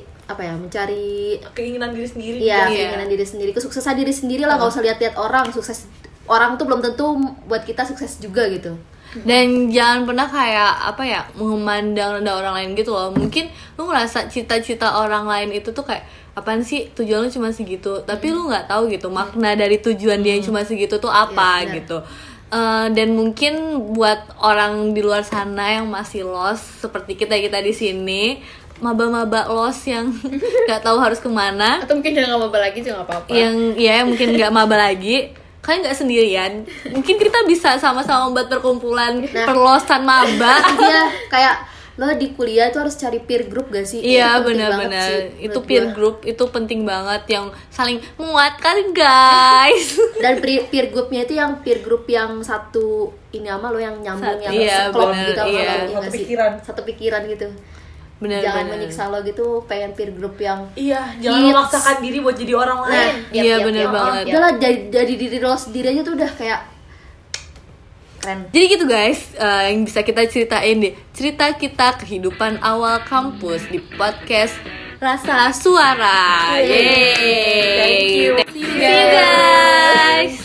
C: Keinginan diri sendiri.
D: ya
A: Iya.
D: keinginan diri sendiri, kesuksesan diri sendiri lah, nggak usah lihat-lihat orang sukses. Orang tuh belum tentu buat kita sukses juga gitu.
A: Dan jangan pernah kayak memandang rendah orang lain gitu loh. Mungkin lu ngerasa cita-cita orang lain itu tuh kayak apaan sih, tujuan lu cuma segitu, tapi lu nggak tahu gitu makna dari tujuan dia yang cuma segitu tuh apa
D: Iya, benar.
A: gitu. Dan mungkin buat orang di luar sana yang masih lost seperti kita di sini, maba-maba lost yang nggak tahu harus kemana,
B: Atau mungkin udah gak maba lagi juga gak apa-apa.
A: yang ya mungkin nggak maba lagi, kalian nggak sendirian. Mungkin kita bisa sama-sama membuat perkumpulan perlosan maba.
D: Dia kayak lo di kuliah tuh harus cari peer group gak sih?
A: Iya
D: Itu penting banget
A: benar-benar
D: sih,
A: itu
D: menurut
A: peer
D: gua.
A: group itu penting banget yang saling menguatkan guys.
D: Dan peer groupnya itu yang peer group yang satu ini sama lo yang nyambung yang
A: Iya,
D: seklop
A: bener,
D: gitu sama
A: iya.
D: lo,
C: Satu
D: nggak sih?
C: pikiran.
D: Satu pikiran gitu.
A: Benar.
D: Jangan menyiksa lo gitu, pengen peer group yang
C: Iya, jangan
D: hits.
C: memaksakan diri buat jadi orang lain.
A: Iya, bener banget.
D: Udah lah, dari diri lo sendiri aja tuh udah kayak keren.
A: Jadi gitu guys, yang bisa kita ceritain deh, cerita kita kehidupan awal kampus di podcast Rasa Suara. Yeay.
C: Thank you.
A: See you guys.